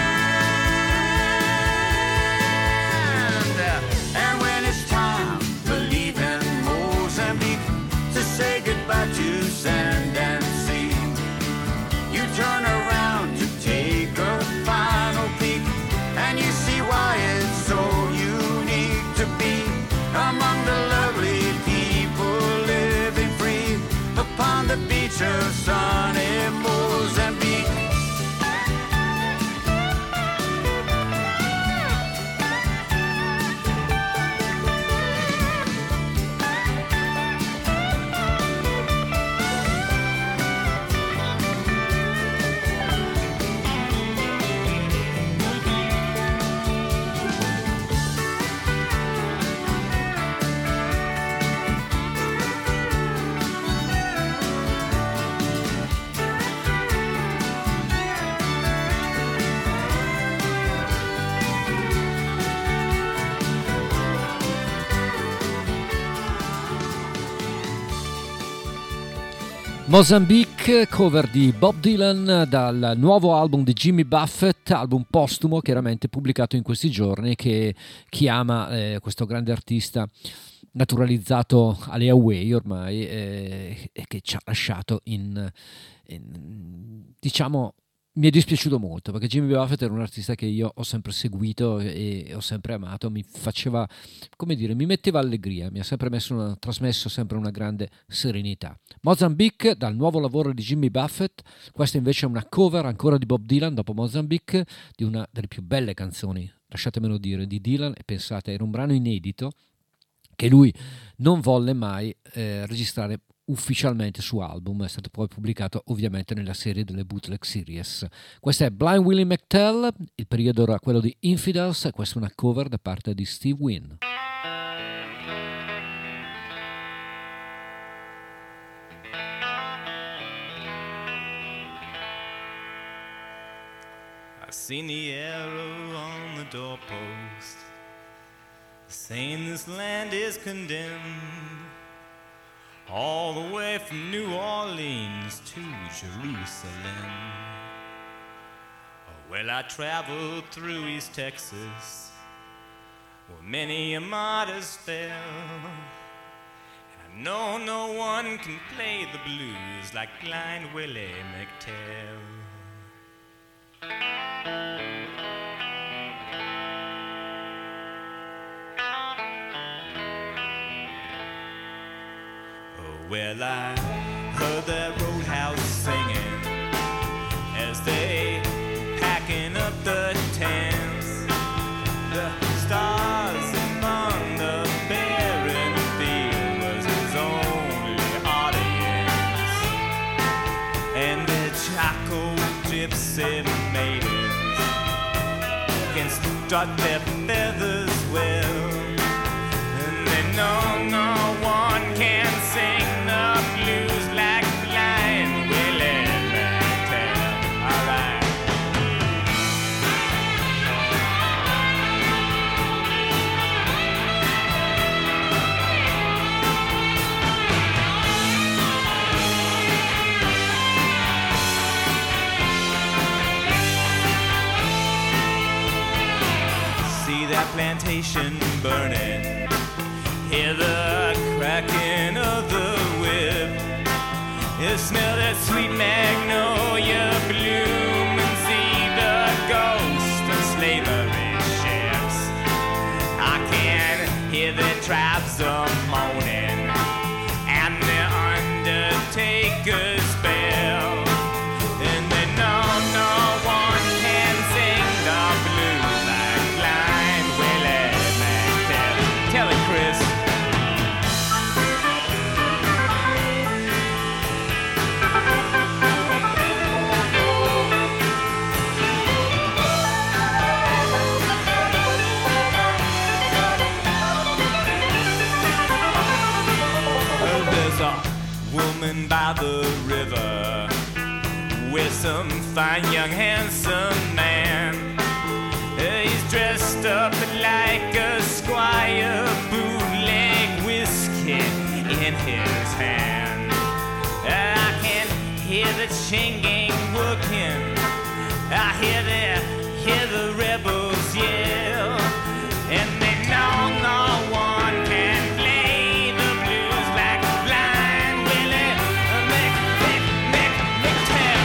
land. And when it's time to leave in Mozambique, to say goodbye to sand and sea, you turn around to take a final peek, and you see why it's so unique to be among the lovely people living free upon the beach of sunny Mozambique. Mozambique, cover di Bob Dylan dal nuovo album di Jimmy Buffett, album postumo chiaramente pubblicato in questi giorni, che chiama questo grande artista naturalizzato alle Hawaii ormai e che ci ha lasciato diciamo. Mi è dispiaciuto molto perché Jimmy Buffett era un artista che io ho sempre seguito e ho sempre amato, mi faceva, come dire, mi metteva allegria, mi ha sempre trasmesso sempre una grande serenità. Mozambique dal nuovo lavoro di Jimmy Buffett, questa invece è una cover ancora di Bob Dylan dopo Mozambique di una delle più belle canzoni, lasciatemelo dire, di Dylan, e pensate, era un brano inedito che lui non volle mai registrare ufficialmente su album, è stato poi pubblicato ovviamente nella serie delle Bootleg Series. Questa è Blind Willie McTell, il periodo era quello di Infidels, questa è una cover da parte di Steve Wynn. I've seen the arrow on the doorpost saying this land is condemned, all the way from New Orleans to Jerusalem. Well, I traveled through East Texas, where many a martyrs fell, and I know no one can play the blues like Blind Willie McTell. Well, I heard that roadhouse singing as they packing up the tents. The stars among the barren field was his only audience, and the charcoal gypsy maidens can strut their feathers well, and they know no one can sing the blues like Blind Willie McTell. All right. See that plantation burning, hear the cracking of the whip, you smell that sweet magnolia bloom and see the ghost of slavery ships. I can hear the tribes a moaning and the undertaker's bell, and they know no one can sing the blues like Blind Willie McTell. Tell it, Chris. Woman by the river with some fine young handsome man. He's dressed up like a squire, bootleg whiskey in his hand. I can hear the chain gang working, I hear the rebels yell, and they know no one can play the blues like Blind Willie McTell.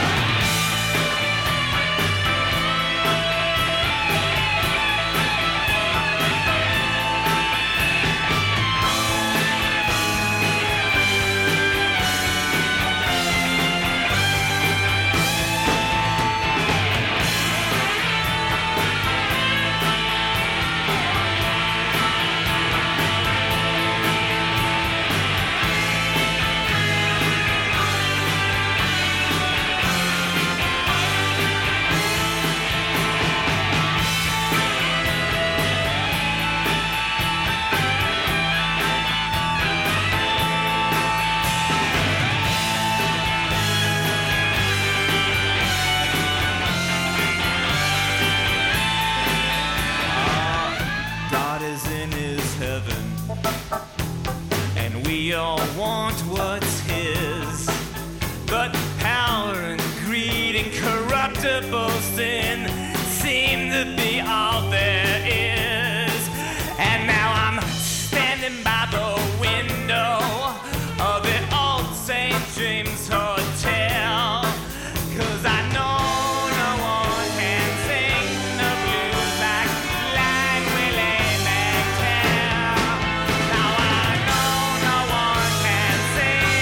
We all want what's his, but power and greed and corruptible sin seem to be all there is. And now I'm standing by the window of the old St. James Hotel, 'cause I know no one can sing the blues like Blind Willie McTell. Now I know no one can sing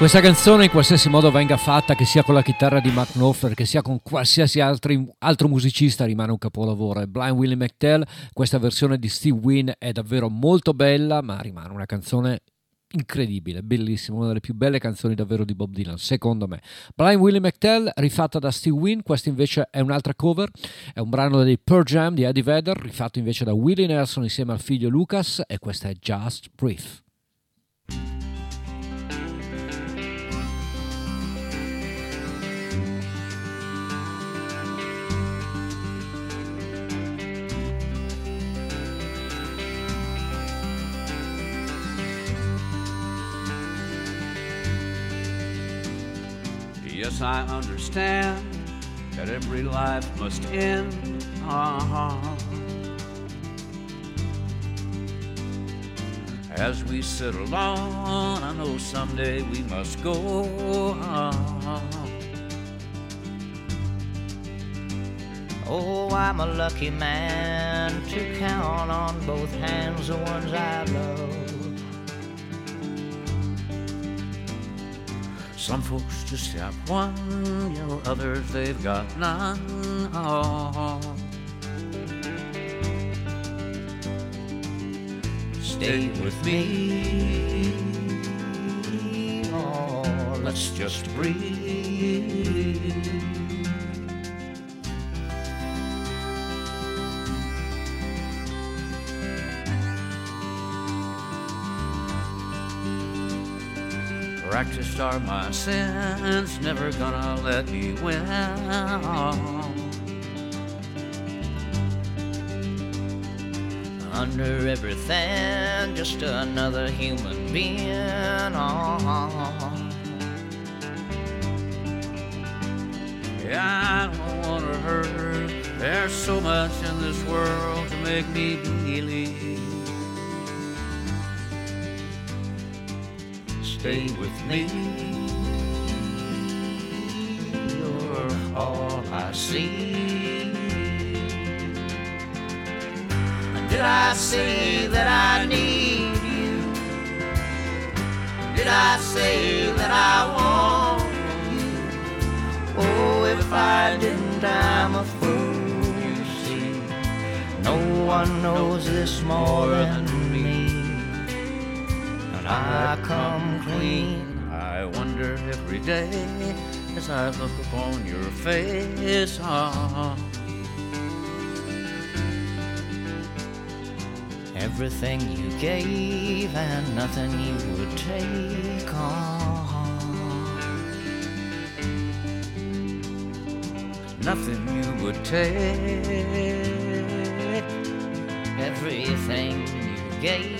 Questa canzone in qualsiasi modo venga fatta, che sia con la chitarra di Mark Knopfler, che sia con qualsiasi altro musicista, rimane un capolavoro. E Blind Willie McTell, questa versione di Steve Wynn è davvero molto bella, ma rimane una canzone incredibile, bellissima, una delle più belle canzoni davvero di Bob Dylan, secondo me. Blind Willie McTell rifatta da Steve Wynn, questa invece è un'altra cover, è un brano dei Pearl Jam di Eddie Vedder, rifatto invece da Willie Nelson insieme al figlio Lucas, e questa è Just Breathe. Yes, I understand that every life must end. As we settle on, I know someday we must go. Oh, I'm a lucky man to count on both hands the ones I love. Some folks just have one, you know, others they've got none. Stay with me, oh, let's just breathe. Practiced are my sins, never gonna let me win. Under everything, just another human being. Yeah, I don't wanna hurt. There's so much in this world to make me believe. Stay with me, you're all I see. Did I say that I need you? Did I say that I want you? Oh, if I didn't, I'm a fool, you see. No one knows this more than me. I come clean. I wonder every day as I look upon your face. Everything you gave and nothing you would take on. Nothing you would take. Everything you gave.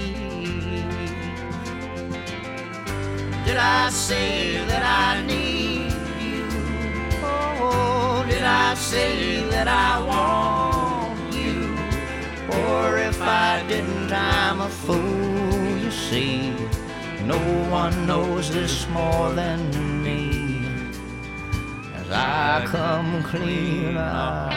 Did I say that I need you? Oh, did I say that I want you? Or if I didn't, I'm a fool, you see. No one knows this more than me. As I come clean out.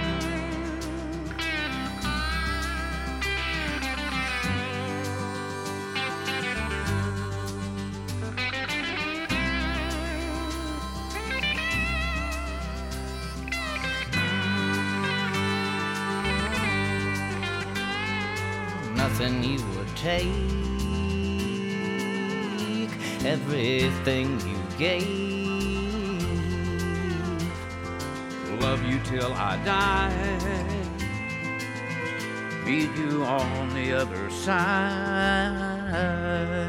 Nothing you would take, everything you gave. Love you till I die, meet you on the other side.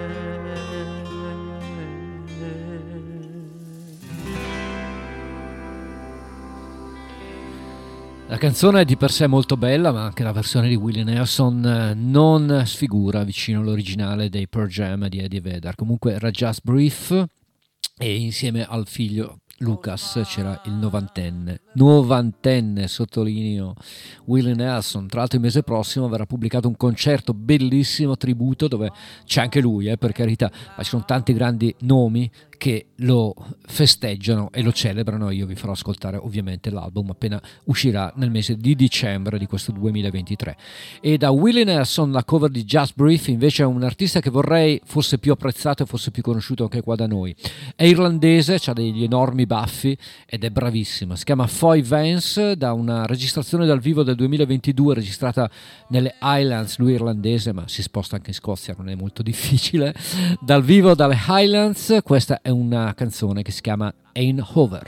La canzone è di per sé molto bella, ma anche la versione di Willie Nelson non sfigura vicino all'originale dei Pearl Jam di Eddie Vedder. Comunque era Just Breathe, e insieme al figlio Lucas c'era il novantenne, sottolineo, Willie Nelson. Tra l'altro il mese prossimo verrà pubblicato un concerto bellissimo tributo dove c'è anche lui, per carità, ma ci sono tanti grandi nomi che lo festeggiano e lo celebrano. Io vi farò ascoltare ovviamente l'album appena uscirà nel mese di dicembre di questo 2023. E da Willie Nelson la cover di Just Brief invece è un artista che vorrei fosse più apprezzato e fosse più conosciuto anche qua da noi. È irlandese, ha degli enormi baffi ed è bravissima. Si chiama Foy Vance, da una registrazione dal vivo del 2022 registrata nelle Highlands. Lui è irlandese ma si sposta anche in Scozia, non è molto difficile. Dal vivo dalle Highlands, questa è una canzone che si chiama Ain't Over.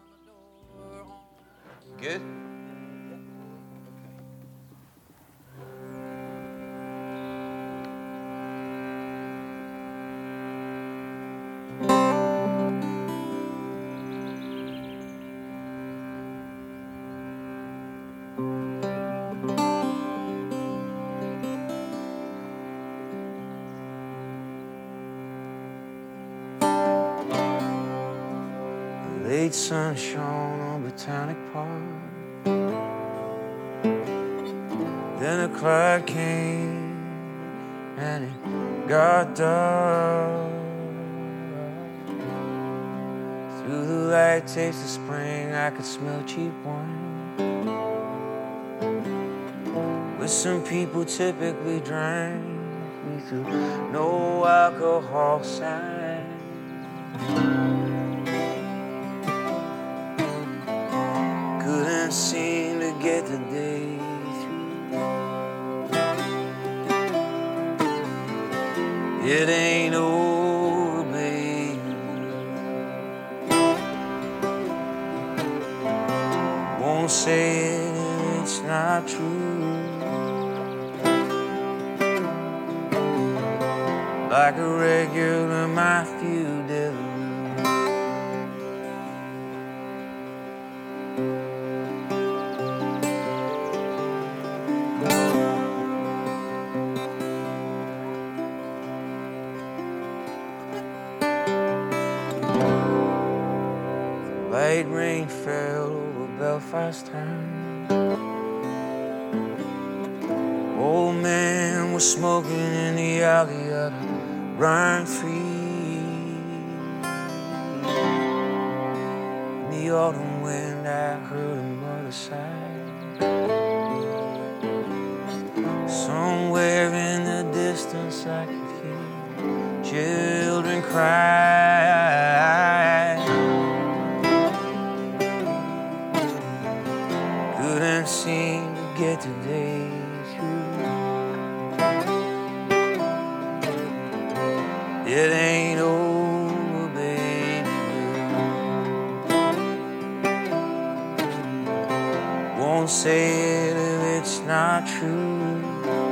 Good. Late sun shone on Botanic Park. Then a cloud came and it got dark. Through the light taste of spring I could smell cheap wine, with some people typically drank me through no alcohol sign. Couldn't seem to get the day through. It ain't over, baby. Won't say it if it's not true. Like a regular Matthew Dillon. Light rain fell over Belfast town. Old man was smoking in the alley of Ryan Free. In the autumn wind I heard a mother sigh. Somewhere in the distance I could hear children cry. Couldn't seem to get the day through. It ain't over, baby. Won't say it if it's not true.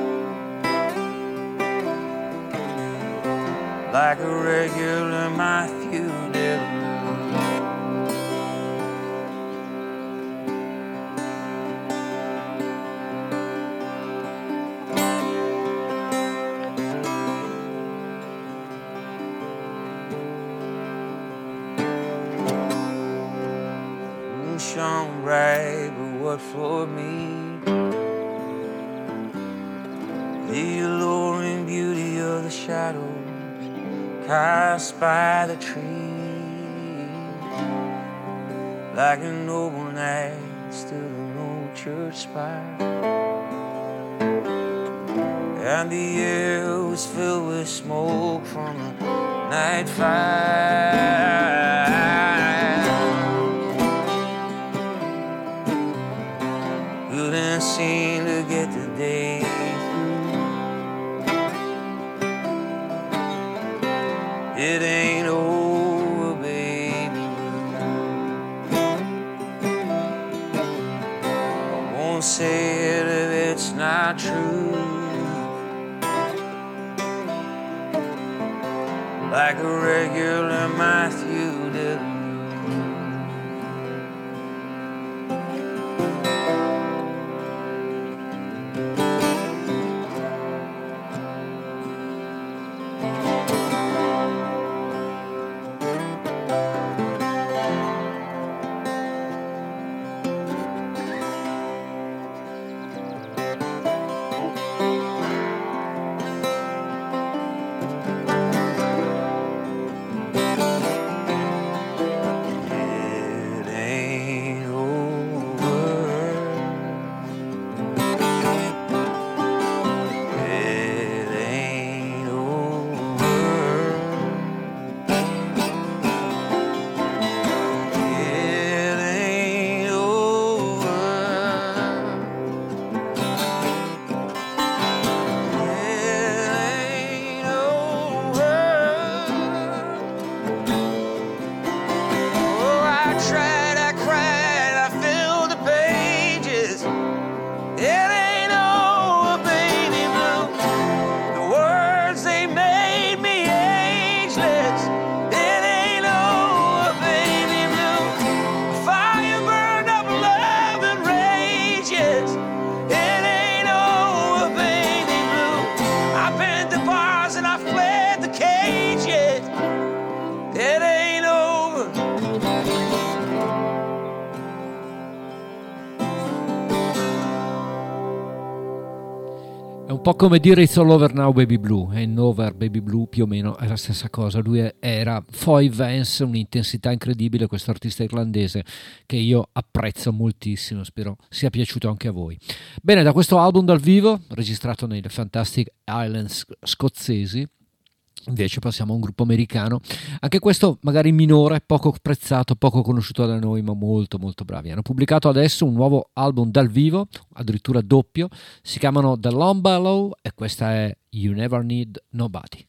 Like a regular Matthew Dillon. Shone bright, but what floored me, the alluring beauty of the shadows cast by the trees. Like a noble knight stood an old church spire, and the air was filled with smoke from the night fire. Couldn't seem to get the day through. It ain't over, baby. I won't say it if it's not true. Like a regular Matthew Dillon. bars and I fled the cage, yet it ain't over. È un po' come dire It's all over now baby blue, e over baby blue più o meno è la stessa cosa. Lui era Foy Vance, un'intensità incredibile, questo artista irlandese che io apprezzo moltissimo, spero sia piaciuto anche a voi. Bene, da questo album dal vivo registrato nei Fantastic Islands scozzesi invece passiamo a un gruppo americano, anche questo magari minore, poco apprezzato, poco conosciuto da noi, ma molto molto bravi. Hanno pubblicato adesso un nuovo album dal vivo, addirittura doppio, si chiamano The Long Bellow e questa è You Never Need Nobody.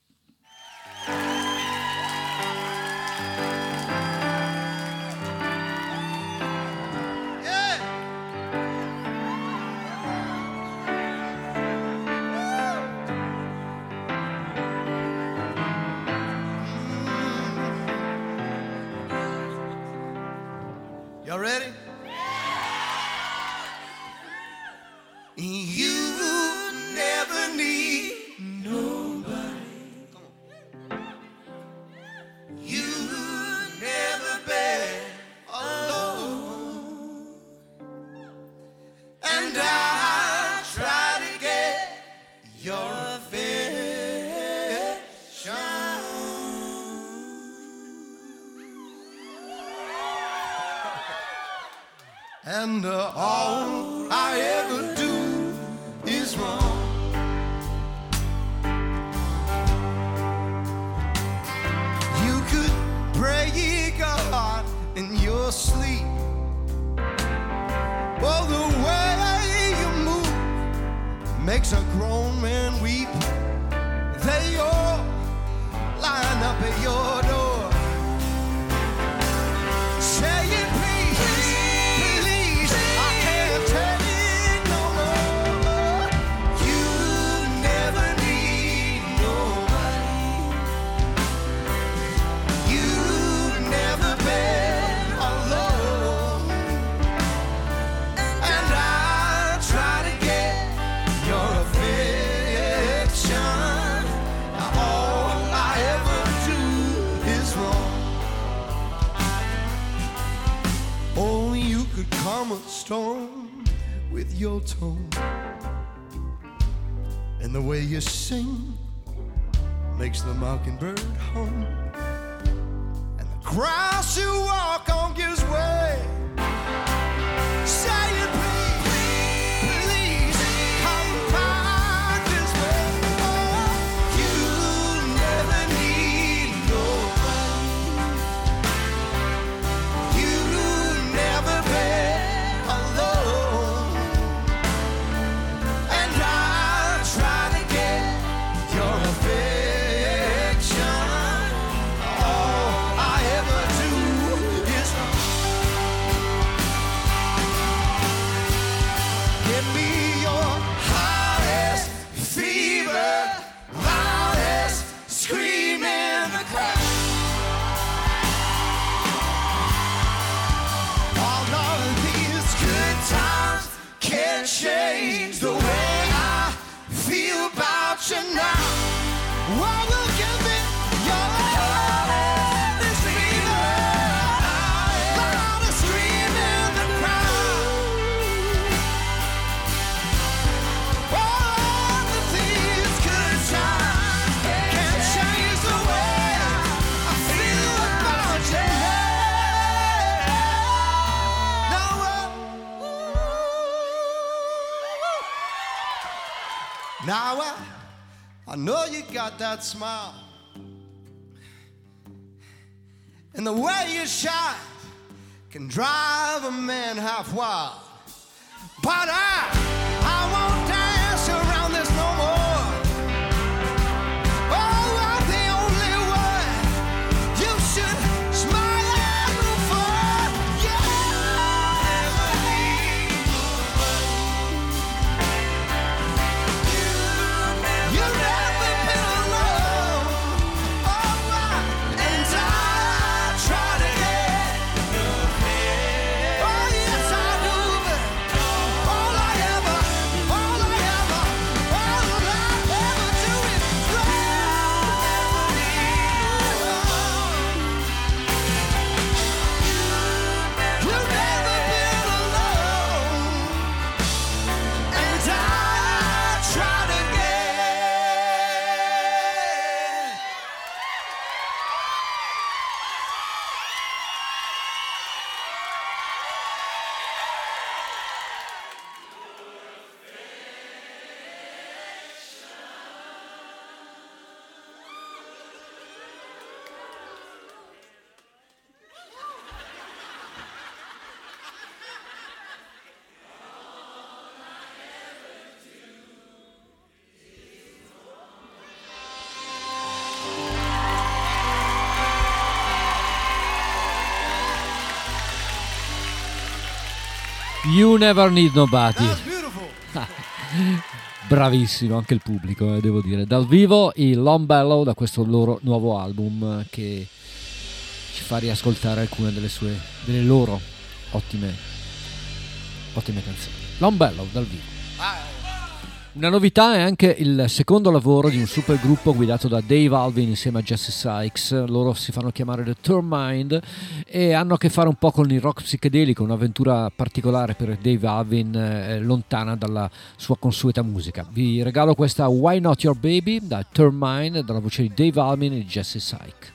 Y'all ready? You never need nobody. Come on. You never been alone. And I try to get your affection. And all I ever do is wrong. You could break a heart in your sleep. Well, the way you move makes a grown man weep. They all line up at your door, saying, calm a storm with your tone, and the way you sing makes the mockingbird hum, and the grass you walk on gives way. Say it, please, please come back this way. Oh, you never need nobody. You never been alone, and I try to get your affection. All I ever do is give me your hottest fever, loudest scream in the crowd. All of these good times can't change the way I feel about you now. Why will give me your hottest fever, loudest scream in the crowd. All of these good times can't change the way I feel about you. Now I know you got that smile, and the way you shine can drive a man half wild. But I won't dance around this no more. Oh, I'm the only one you should smile at me for. You've never been alone. Oh, and I try to get your head. Oh, yes, I do, but all I ever You Never Need Nobody. Bravissimo anche il pubblico, devo dire. Dal vivo i Long Bellow, da questo loro nuovo album che ci fa riascoltare alcune delle loro ottime canzoni. Long Bellow dal vivo. Una novità è anche il secondo lavoro di un supergruppo guidato da Dave Alvin insieme a Jesse Sykes. Loro si fanno chiamare The Termind e hanno a che fare un po' con il rock psichedelico, un'avventura particolare per Dave Alvin, lontana dalla sua consueta musica. Vi regalo questa Why Not Your Baby da Termind, dalla voce di Dave Alvin e Jesse Sykes.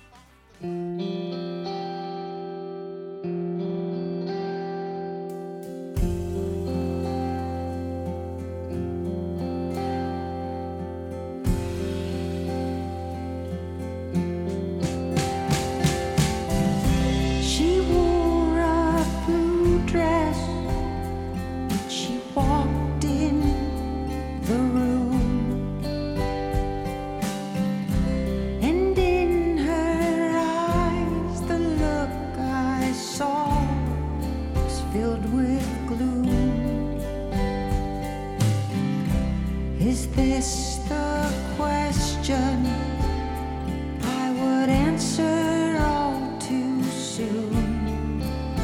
Is this the question I would answer all too soon?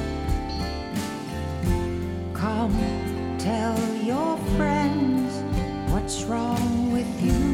Come, tell your friends what's wrong with you.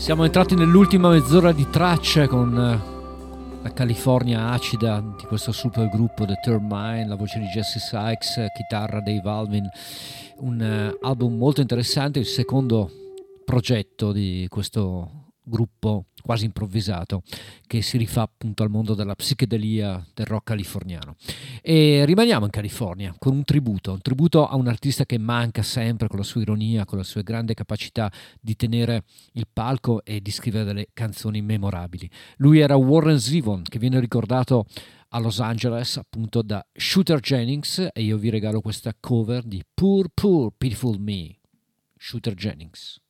Siamo entrati nell'ultima mezz'ora di tracce con la California acida di questo super gruppo The Third Mind, la voce di Jesse Sykes, chitarra Dave Alvin, un album molto interessante, il secondo progetto di questo gruppo quasi improvvisato che si rifà appunto al mondo della psichedelia del rock californiano. E rimaniamo in California con un tributo a un artista che manca sempre, con la sua ironia, con la sua grande capacità di tenere il palco e di scrivere delle canzoni memorabili. Lui era Warren Zevon, che viene ricordato a Los Angeles appunto da Shooter Jennings, e io vi regalo questa cover di Poor Poor Pitiful Me, Shooter Jennings.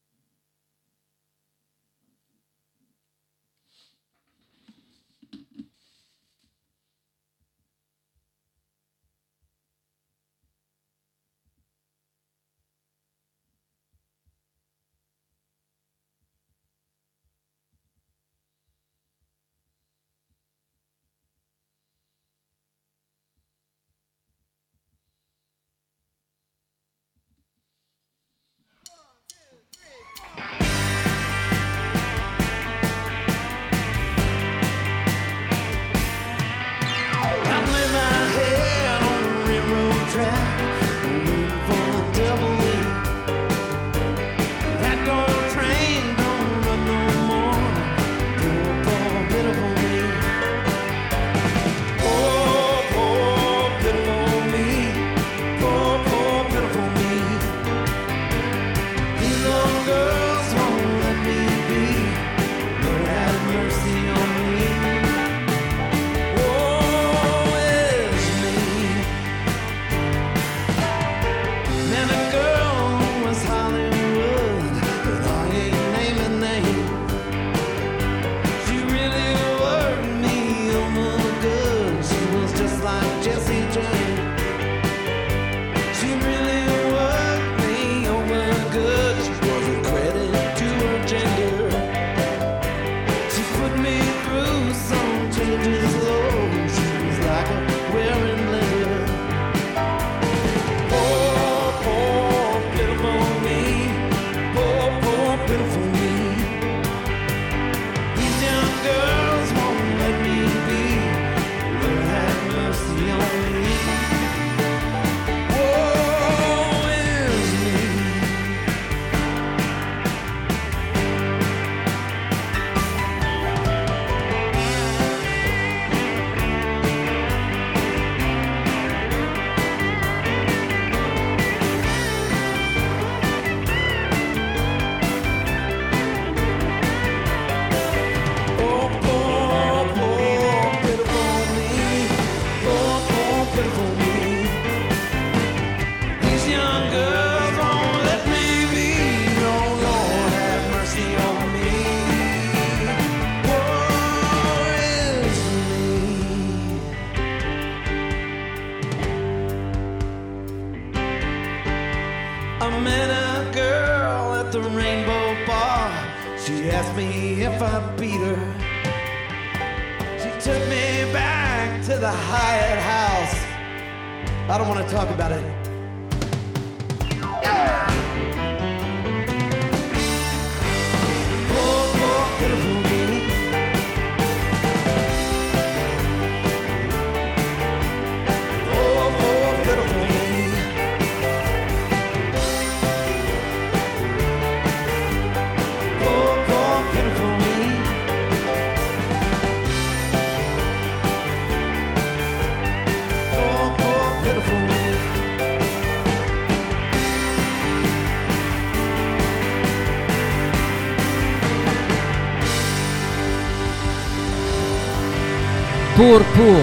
Poor Poor,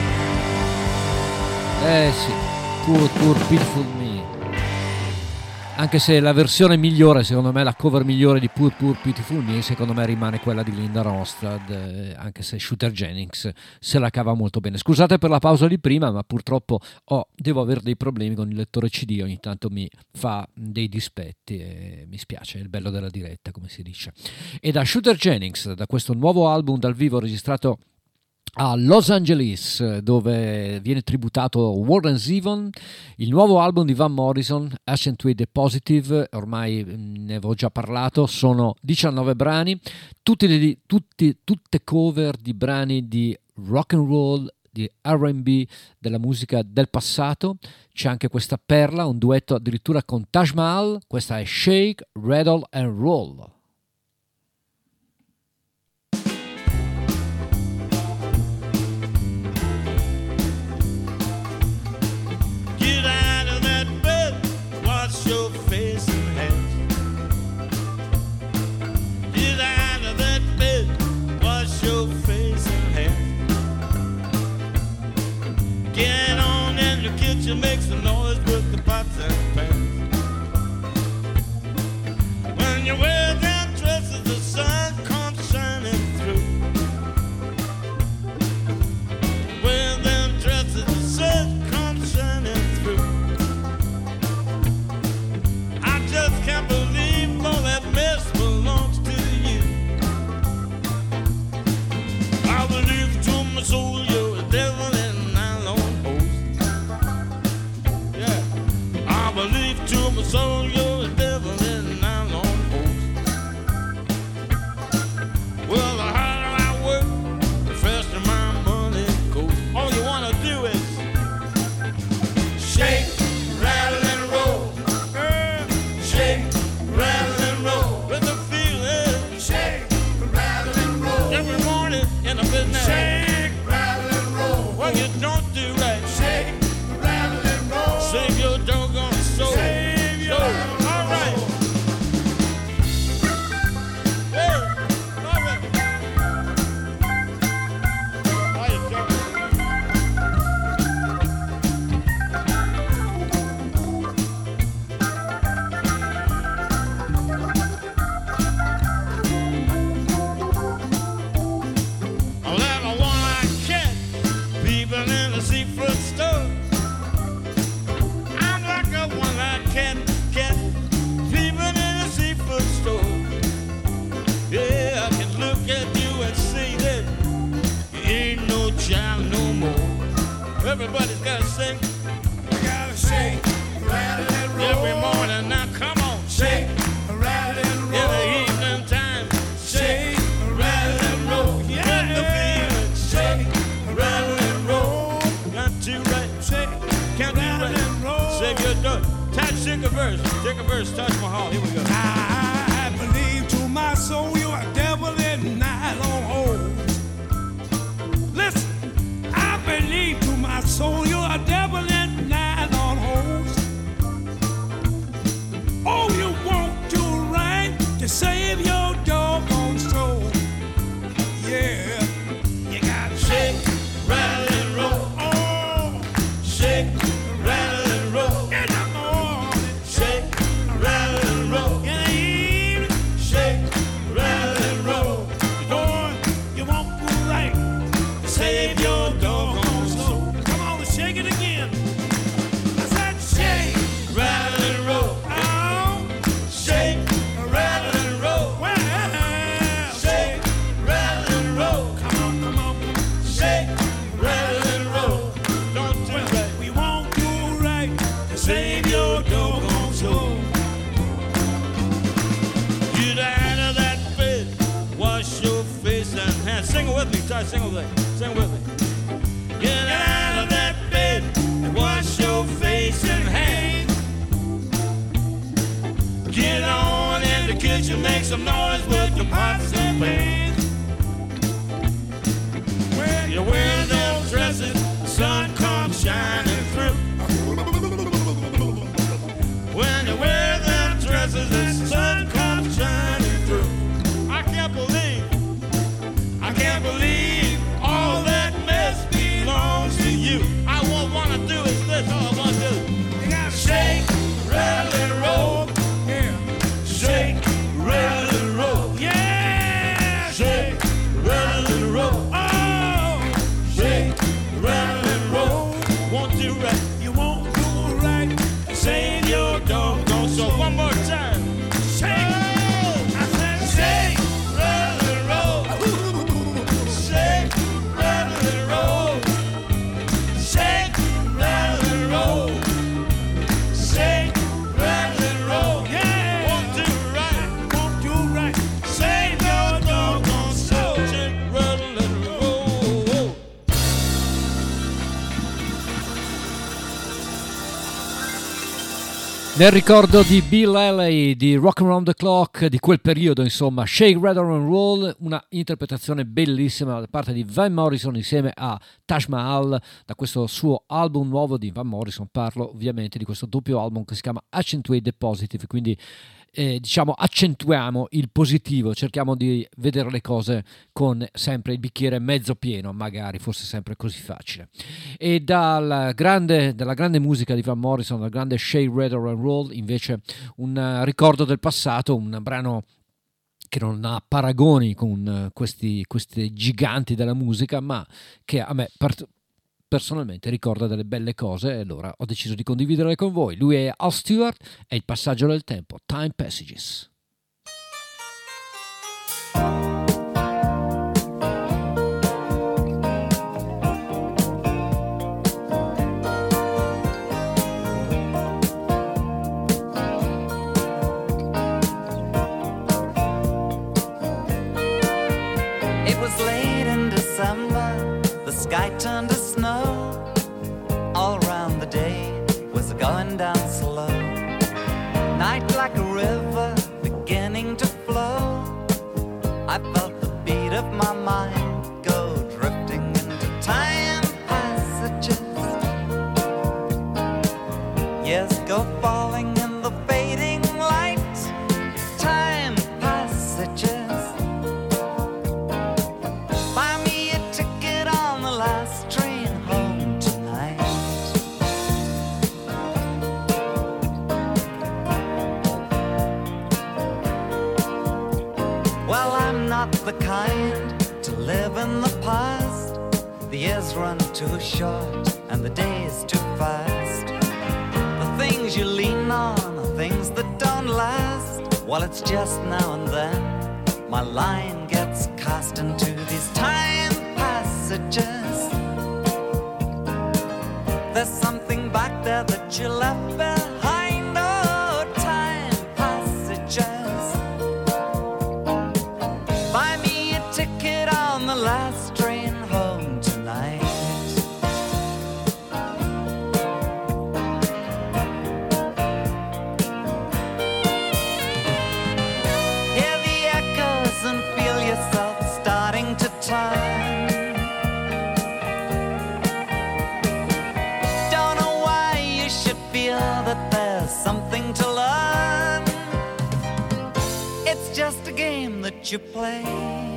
sì, Poor Poor Pitiful Me, anche se la versione migliore, secondo me la cover migliore di Poor Poor Pitiful Me, secondo me rimane quella di Linda Ronstadt, anche se Shooter Jennings se la cava molto bene. Scusate per la pausa di prima, ma purtroppo devo avere dei problemi con il lettore CD, ogni tanto mi fa dei dispetti e mi spiace, è il bello della diretta, come si dice. E da Shooter Jennings, da questo nuovo album dal vivo registrato a Los Angeles, dove viene tributato Warren Zevon. Il nuovo album di Van Morrison, Accentuate the Positive, ormai ne avevo già parlato, sono 19 brani, tutte cover di brani di rock and roll, di R&B, della musica del passato. C'è anche questa perla, un duetto addirittura con Taj Mahal. Questa è Shake, Rattle and Roll. Get out of that bed, wash your face and hands. Get out of that bed, wash your face and hands. Get on in the kitchen, make some noise with the pots and pans. When you wear them dresses, the sun comes shining through. Wear them dresses, the sun comes shining through. I just can't believe all that mess belongs to you. I believe to my soul you're a devil and nylon hose. Yeah, I believe to my soul you're a devil and nylon hose. Well, the harder I work, the faster my money goes. All you wanna do is shake, rattle and roll. Shake, rattle and roll. With the feeling. Shake, rattle and roll. Every morning in the midnight. Shake, rattle and roll. What you don't do right. Shake, rattle and roll. Save your doggone soul. Save your soul. All right. Hey, all right. How you doing? Oh, that a one-eyed cat peeping in the seafood store. I'm like a one-eyed cat peeping in the seafood store. Yeah, I can look at you and see that you ain't no child no more. Everybody's gotta sing. I gotta shake, rattle and roll. Every morning, now come on, shake, rattle and roll. In the evening time, shake, rattle and roll. Get the feeling, shake, rattle and roll. Not too right, shake, can't do right. Save your dough. Touch, take a verse, Touch Mahal. Here we go. I believe to my soul you're a devil in nylon hose. Listen, I believe to my soul you're a devil in nylon hose. Oh, you won't do right to save your doggone soul. Yeah, you gotta Shake, rattle and roll. Oh, Shake, rattle and roll. in the morning, Shake, rattle and roll. in the evening, Shake, rattle and roll. boy, you won't do right to save your doggone soul. Come on and shake it again. I said shake, Rattle and roll. oh, Shake, rattle and roll. well, Shake, rattle and roll. come on, Shake, rattle and roll. Don't do right. we won't do right to save your doggone soul. Get out of that bed, wash your face and hands. Sing it with me, Ty, sing it with me. Sing it with me. Get out of that bed, wash your face and hands. Get on in the kitchen, make some noise with the pots and pans. You wear those dresses, the sun comes shining through. When you wear them dresses, the sun comes shining through. I can't believe all that mess belongs to you. I won't wanna do is this, all I wanna do. You gotta shake, rattle and roll. Yeah, Shake, rattle and roll. Nel ricordo di Bill Haley, di Rock Around the Clock, di quel periodo, insomma, Shake, Rattle and Roll, una interpretazione bellissima da parte di Van Morrison insieme a Taj Mahal, da questo suo album nuovo di Van Morrison. Parlo ovviamente di questo doppio album che si chiama Accentuate the Positive, quindi diciamo accentuiamo il positivo, cerchiamo di vedere le cose con sempre il bicchiere mezzo pieno, magari fosse sempre così facile. E dalla grande musica di Van Morrison, dal grande Shake, Rattle and Roll, invece un ricordo del passato, un brano che non ha paragoni con questi giganti della musica, ma che a me personalmente ricorda delle belle cose, e allora ho deciso di condividerle con voi. Lui è Al Stewart e Il passaggio del tempo, Time Passages. It was late in December, the sky turned to snow. All around the day was going down slow. Night like a river beginning to flow. I felt the beat of my mind go drifting into time passages. Yes, go falling in the fading light. Time passages. Buy me a ticket on the last train home tonight. Well, I'm not the kind to live in the past. The years run too short and the days too fast. The things you lean on are things that don't last. Well, it's just now and then my line gets cast into these time passages. There's something back there that you left behind. Oh, time passages. Buy me a ticket on the last train home tonight. Hear the echoes and feel yourself starting to turn. Don't know why you should feel that there's something to learn. It's just a game that you play.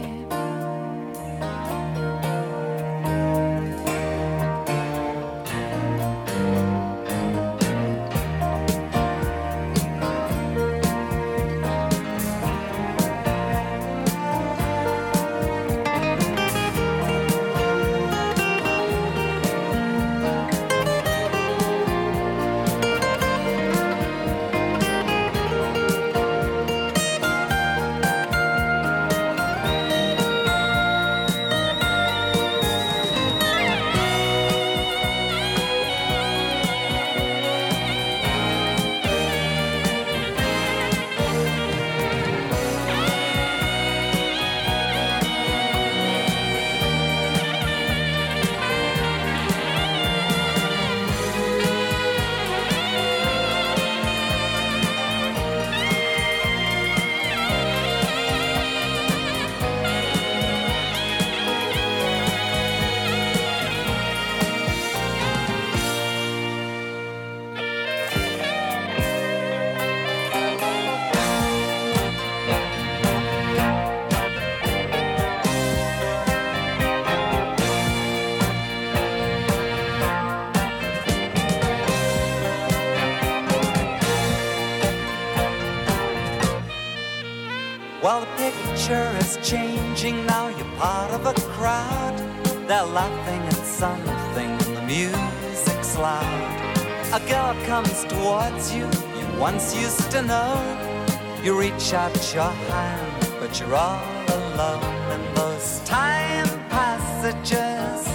Well, the picture is changing now. You're part of a crowd. They're laughing at something and the music's loud. A girl comes towards you, you once used to know. You reach out your hand, but you're all alone in those time passages.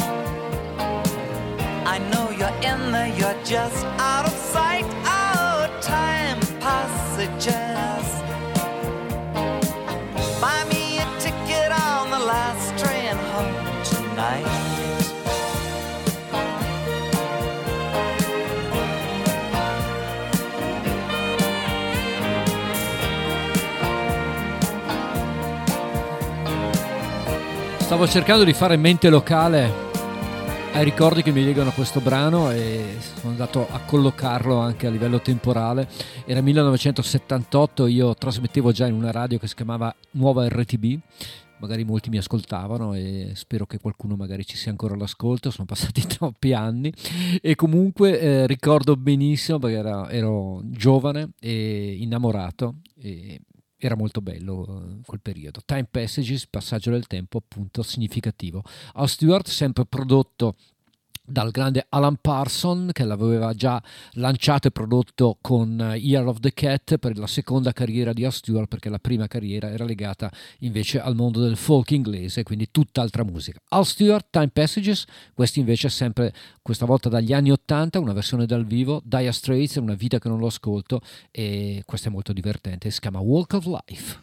I know you're in there, you're just out of sight. Oh, time passages. Buy me a ticket on the last train home tonight. Stavo cercando di fare mente locale ai ricordi che mi legano a questo brano e sono andato a collocarlo anche a livello temporale. Era 1978, io trasmettevo già in una radio che si chiamava Nuova RTB, magari molti mi ascoltavano e spero che qualcuno magari ci sia ancora all'ascolto, sono passati troppi anni e comunque ricordo benissimo perché ero giovane e innamorato e era molto bello quel periodo. Time Passages, passaggio del tempo appunto significativo. Al Stewart, sempre prodotto dal grande Alan Parsons, che l'aveva già lanciato e prodotto con Year of the Cat per la seconda carriera di Al Stewart, perché la prima carriera era legata invece al mondo del folk inglese, quindi tutt'altra musica. Al Stewart, Time Passages, questi invece sempre questa volta dagli anni 80, una versione dal vivo. Dire Straits, è una vita che non lo ascolto e questo è molto divertente, si chiama Walk of Life.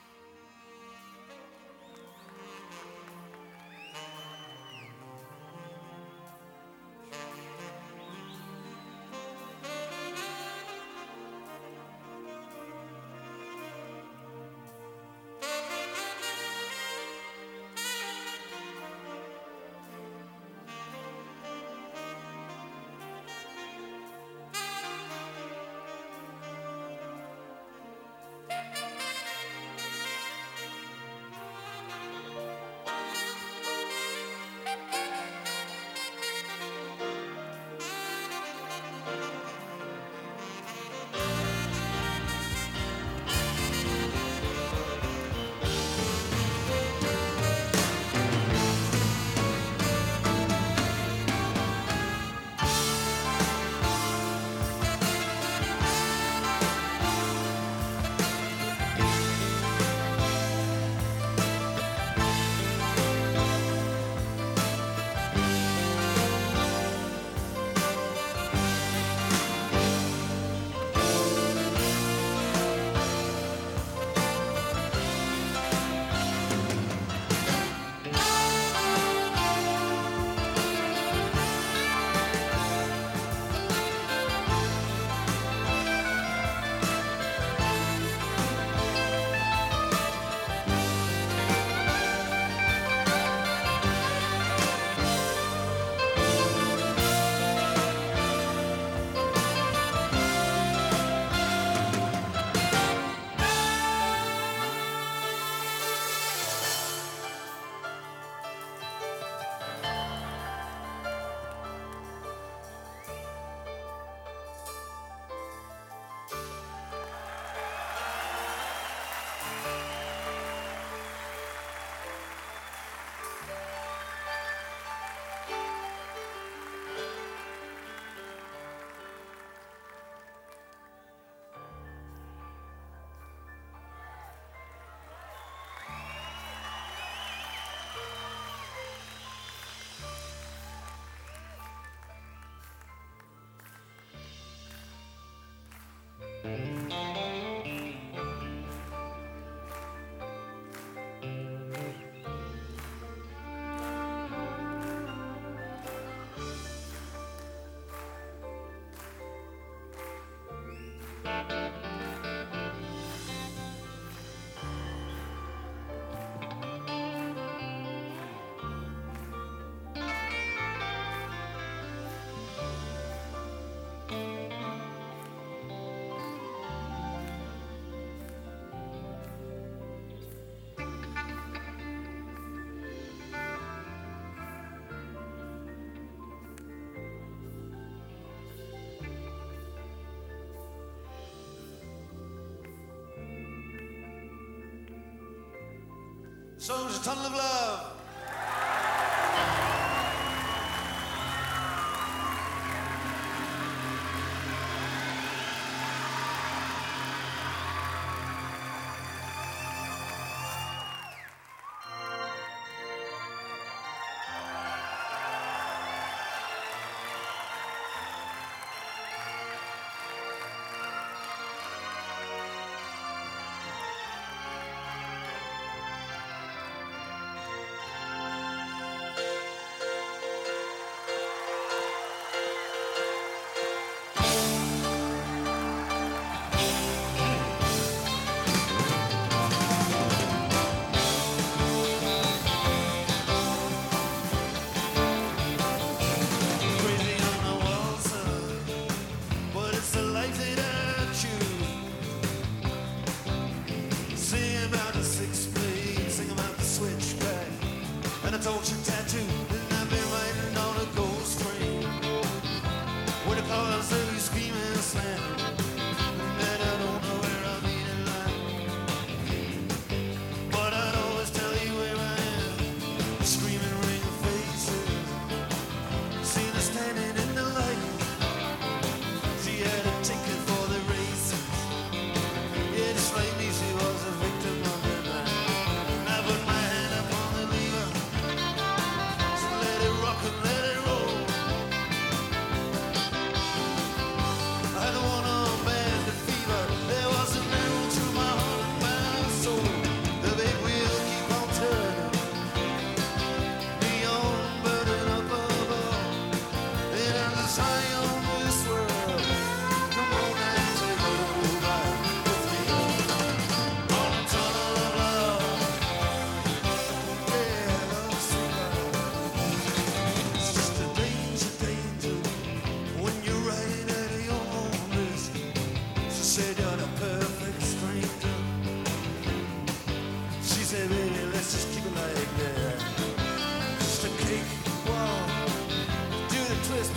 Song's a tunnel of love.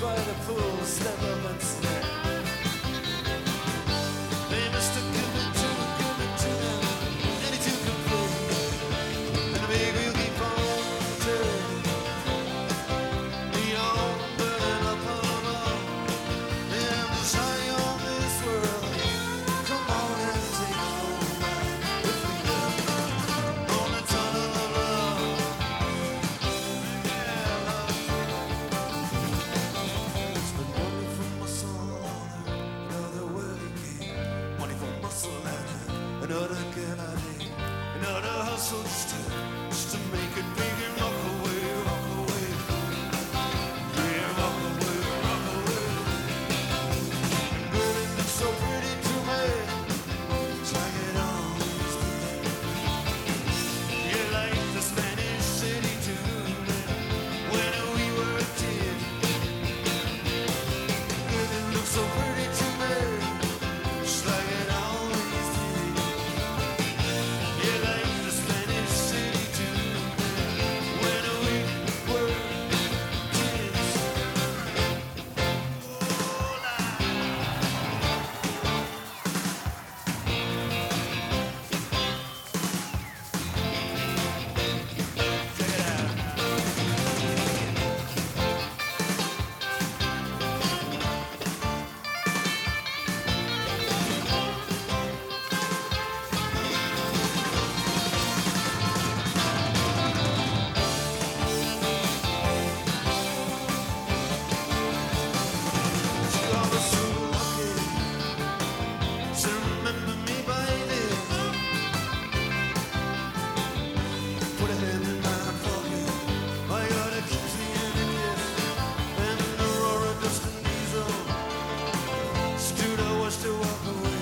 by the pool, step up and stare. Hey, Mr. Give it to them, any two can play. And the big wheel keep on turning, neon burning up above. And I'm just high on this world. Come on and take a ride with me on the tunnel of love. It's been money for muscle and another worthy king. Money for muscle and another girl I need. Another hustle just to make it big and rock away, rock away. Yeah, rock away, rock away. And girl, it looks so pretty to me. It's like it always did. You like the Spanish city too, when we were a kid. Girl, it looks so pretty to me, just like it always did. You like the Spanish city too, when we were kids. So remember me by this. Put a hand in my pocket. I got a gypsy and a kiss, and an Aurora dust and diesel. Stood I watched her walk away.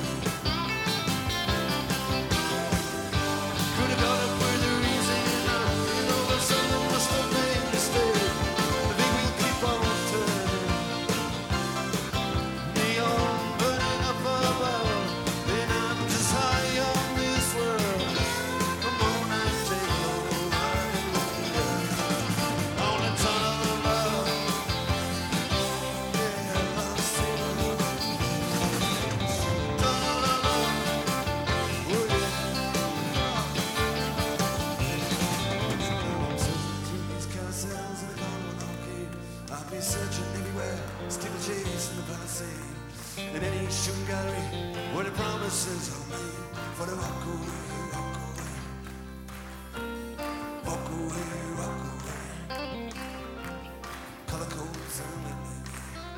Could have got up further easy enough. You know that someone must have made a mistake. I think we'll keep on turning. Neon burning up above. Then I'm just high on this world. Come on and take a ride with me on the tunnel of love. Yeah, love sailing. Tunnel of love. Oh yeah. I'm searching through these carousels and the gone arcade. I'll be searching everywhere, steeplechase in the Palisade. In any shooting gallery where the promises are made for the walk away, walk away. Walk away, walk away. Color codes and midnight.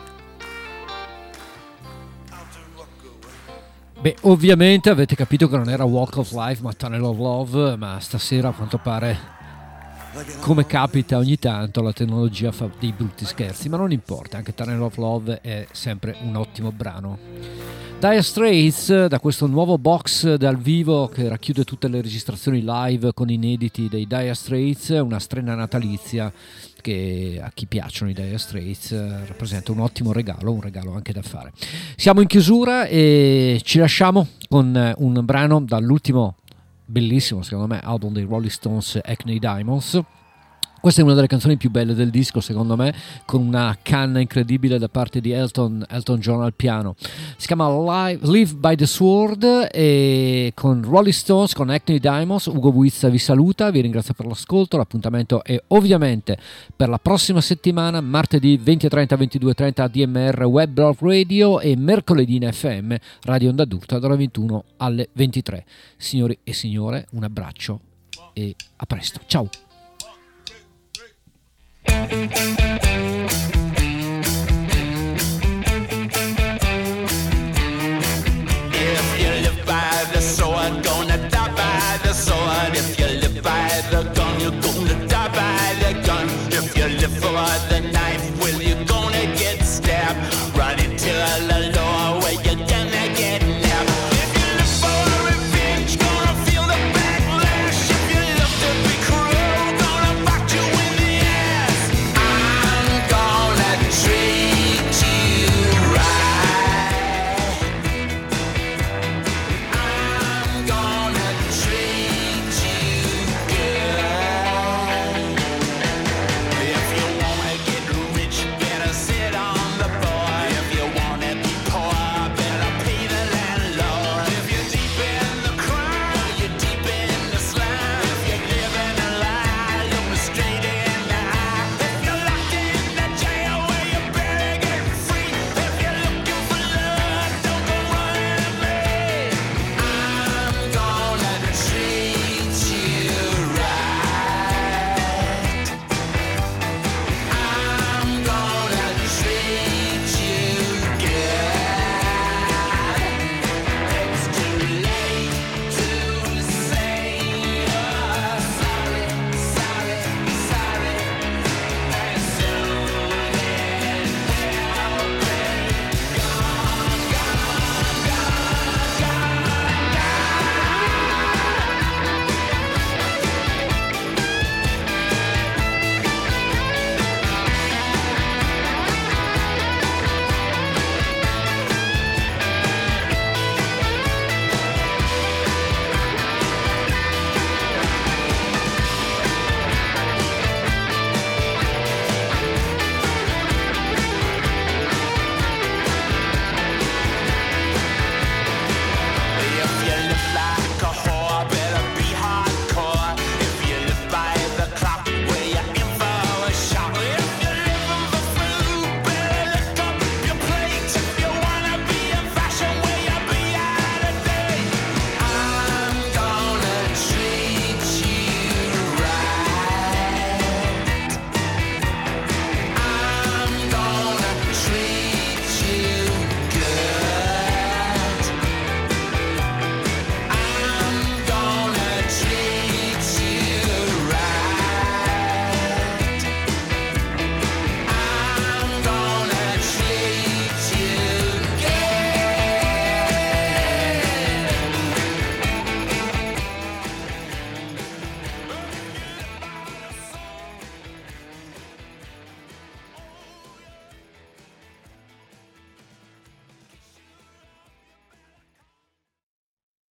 Out to walk away. Beh, ovviamente avete capito che non era Walk of Life ma Tunnel of Love, ma stasera a quanto pare, come capita ogni tanto, la tecnologia fa dei brutti scherzi, ma non importa, anche Tunnel of Love è sempre un ottimo brano. Dire Straits, da questo nuovo box dal vivo che racchiude tutte le registrazioni live con inediti dei Dire Straits, una strena natalizia che a chi piacciono i Dire Straits rappresenta un ottimo regalo, un regalo anche da fare. Siamo in chiusura e ci lasciamo con un brano dall'ultimo bellissimo, secondo me, album dei Rolling Stones, Hackney Diamonds. Questa è una delle canzoni più belle del disco, secondo me, con una canna incredibile da parte di Elton John al piano. Si chiama Live by the Sword e con Rolling Stones, con Hackney Diamonds. Ugo Buizza vi saluta, vi ringrazio per l'ascolto. L'appuntamento è ovviamente per la prossima settimana, martedì 20:30 22:30 ADMR Web Blog Radio e mercoledì in FM Radio Onda Adulta dalle 21 alle 23. Signori e signore, un abbraccio e a presto. Ciao. Thank you.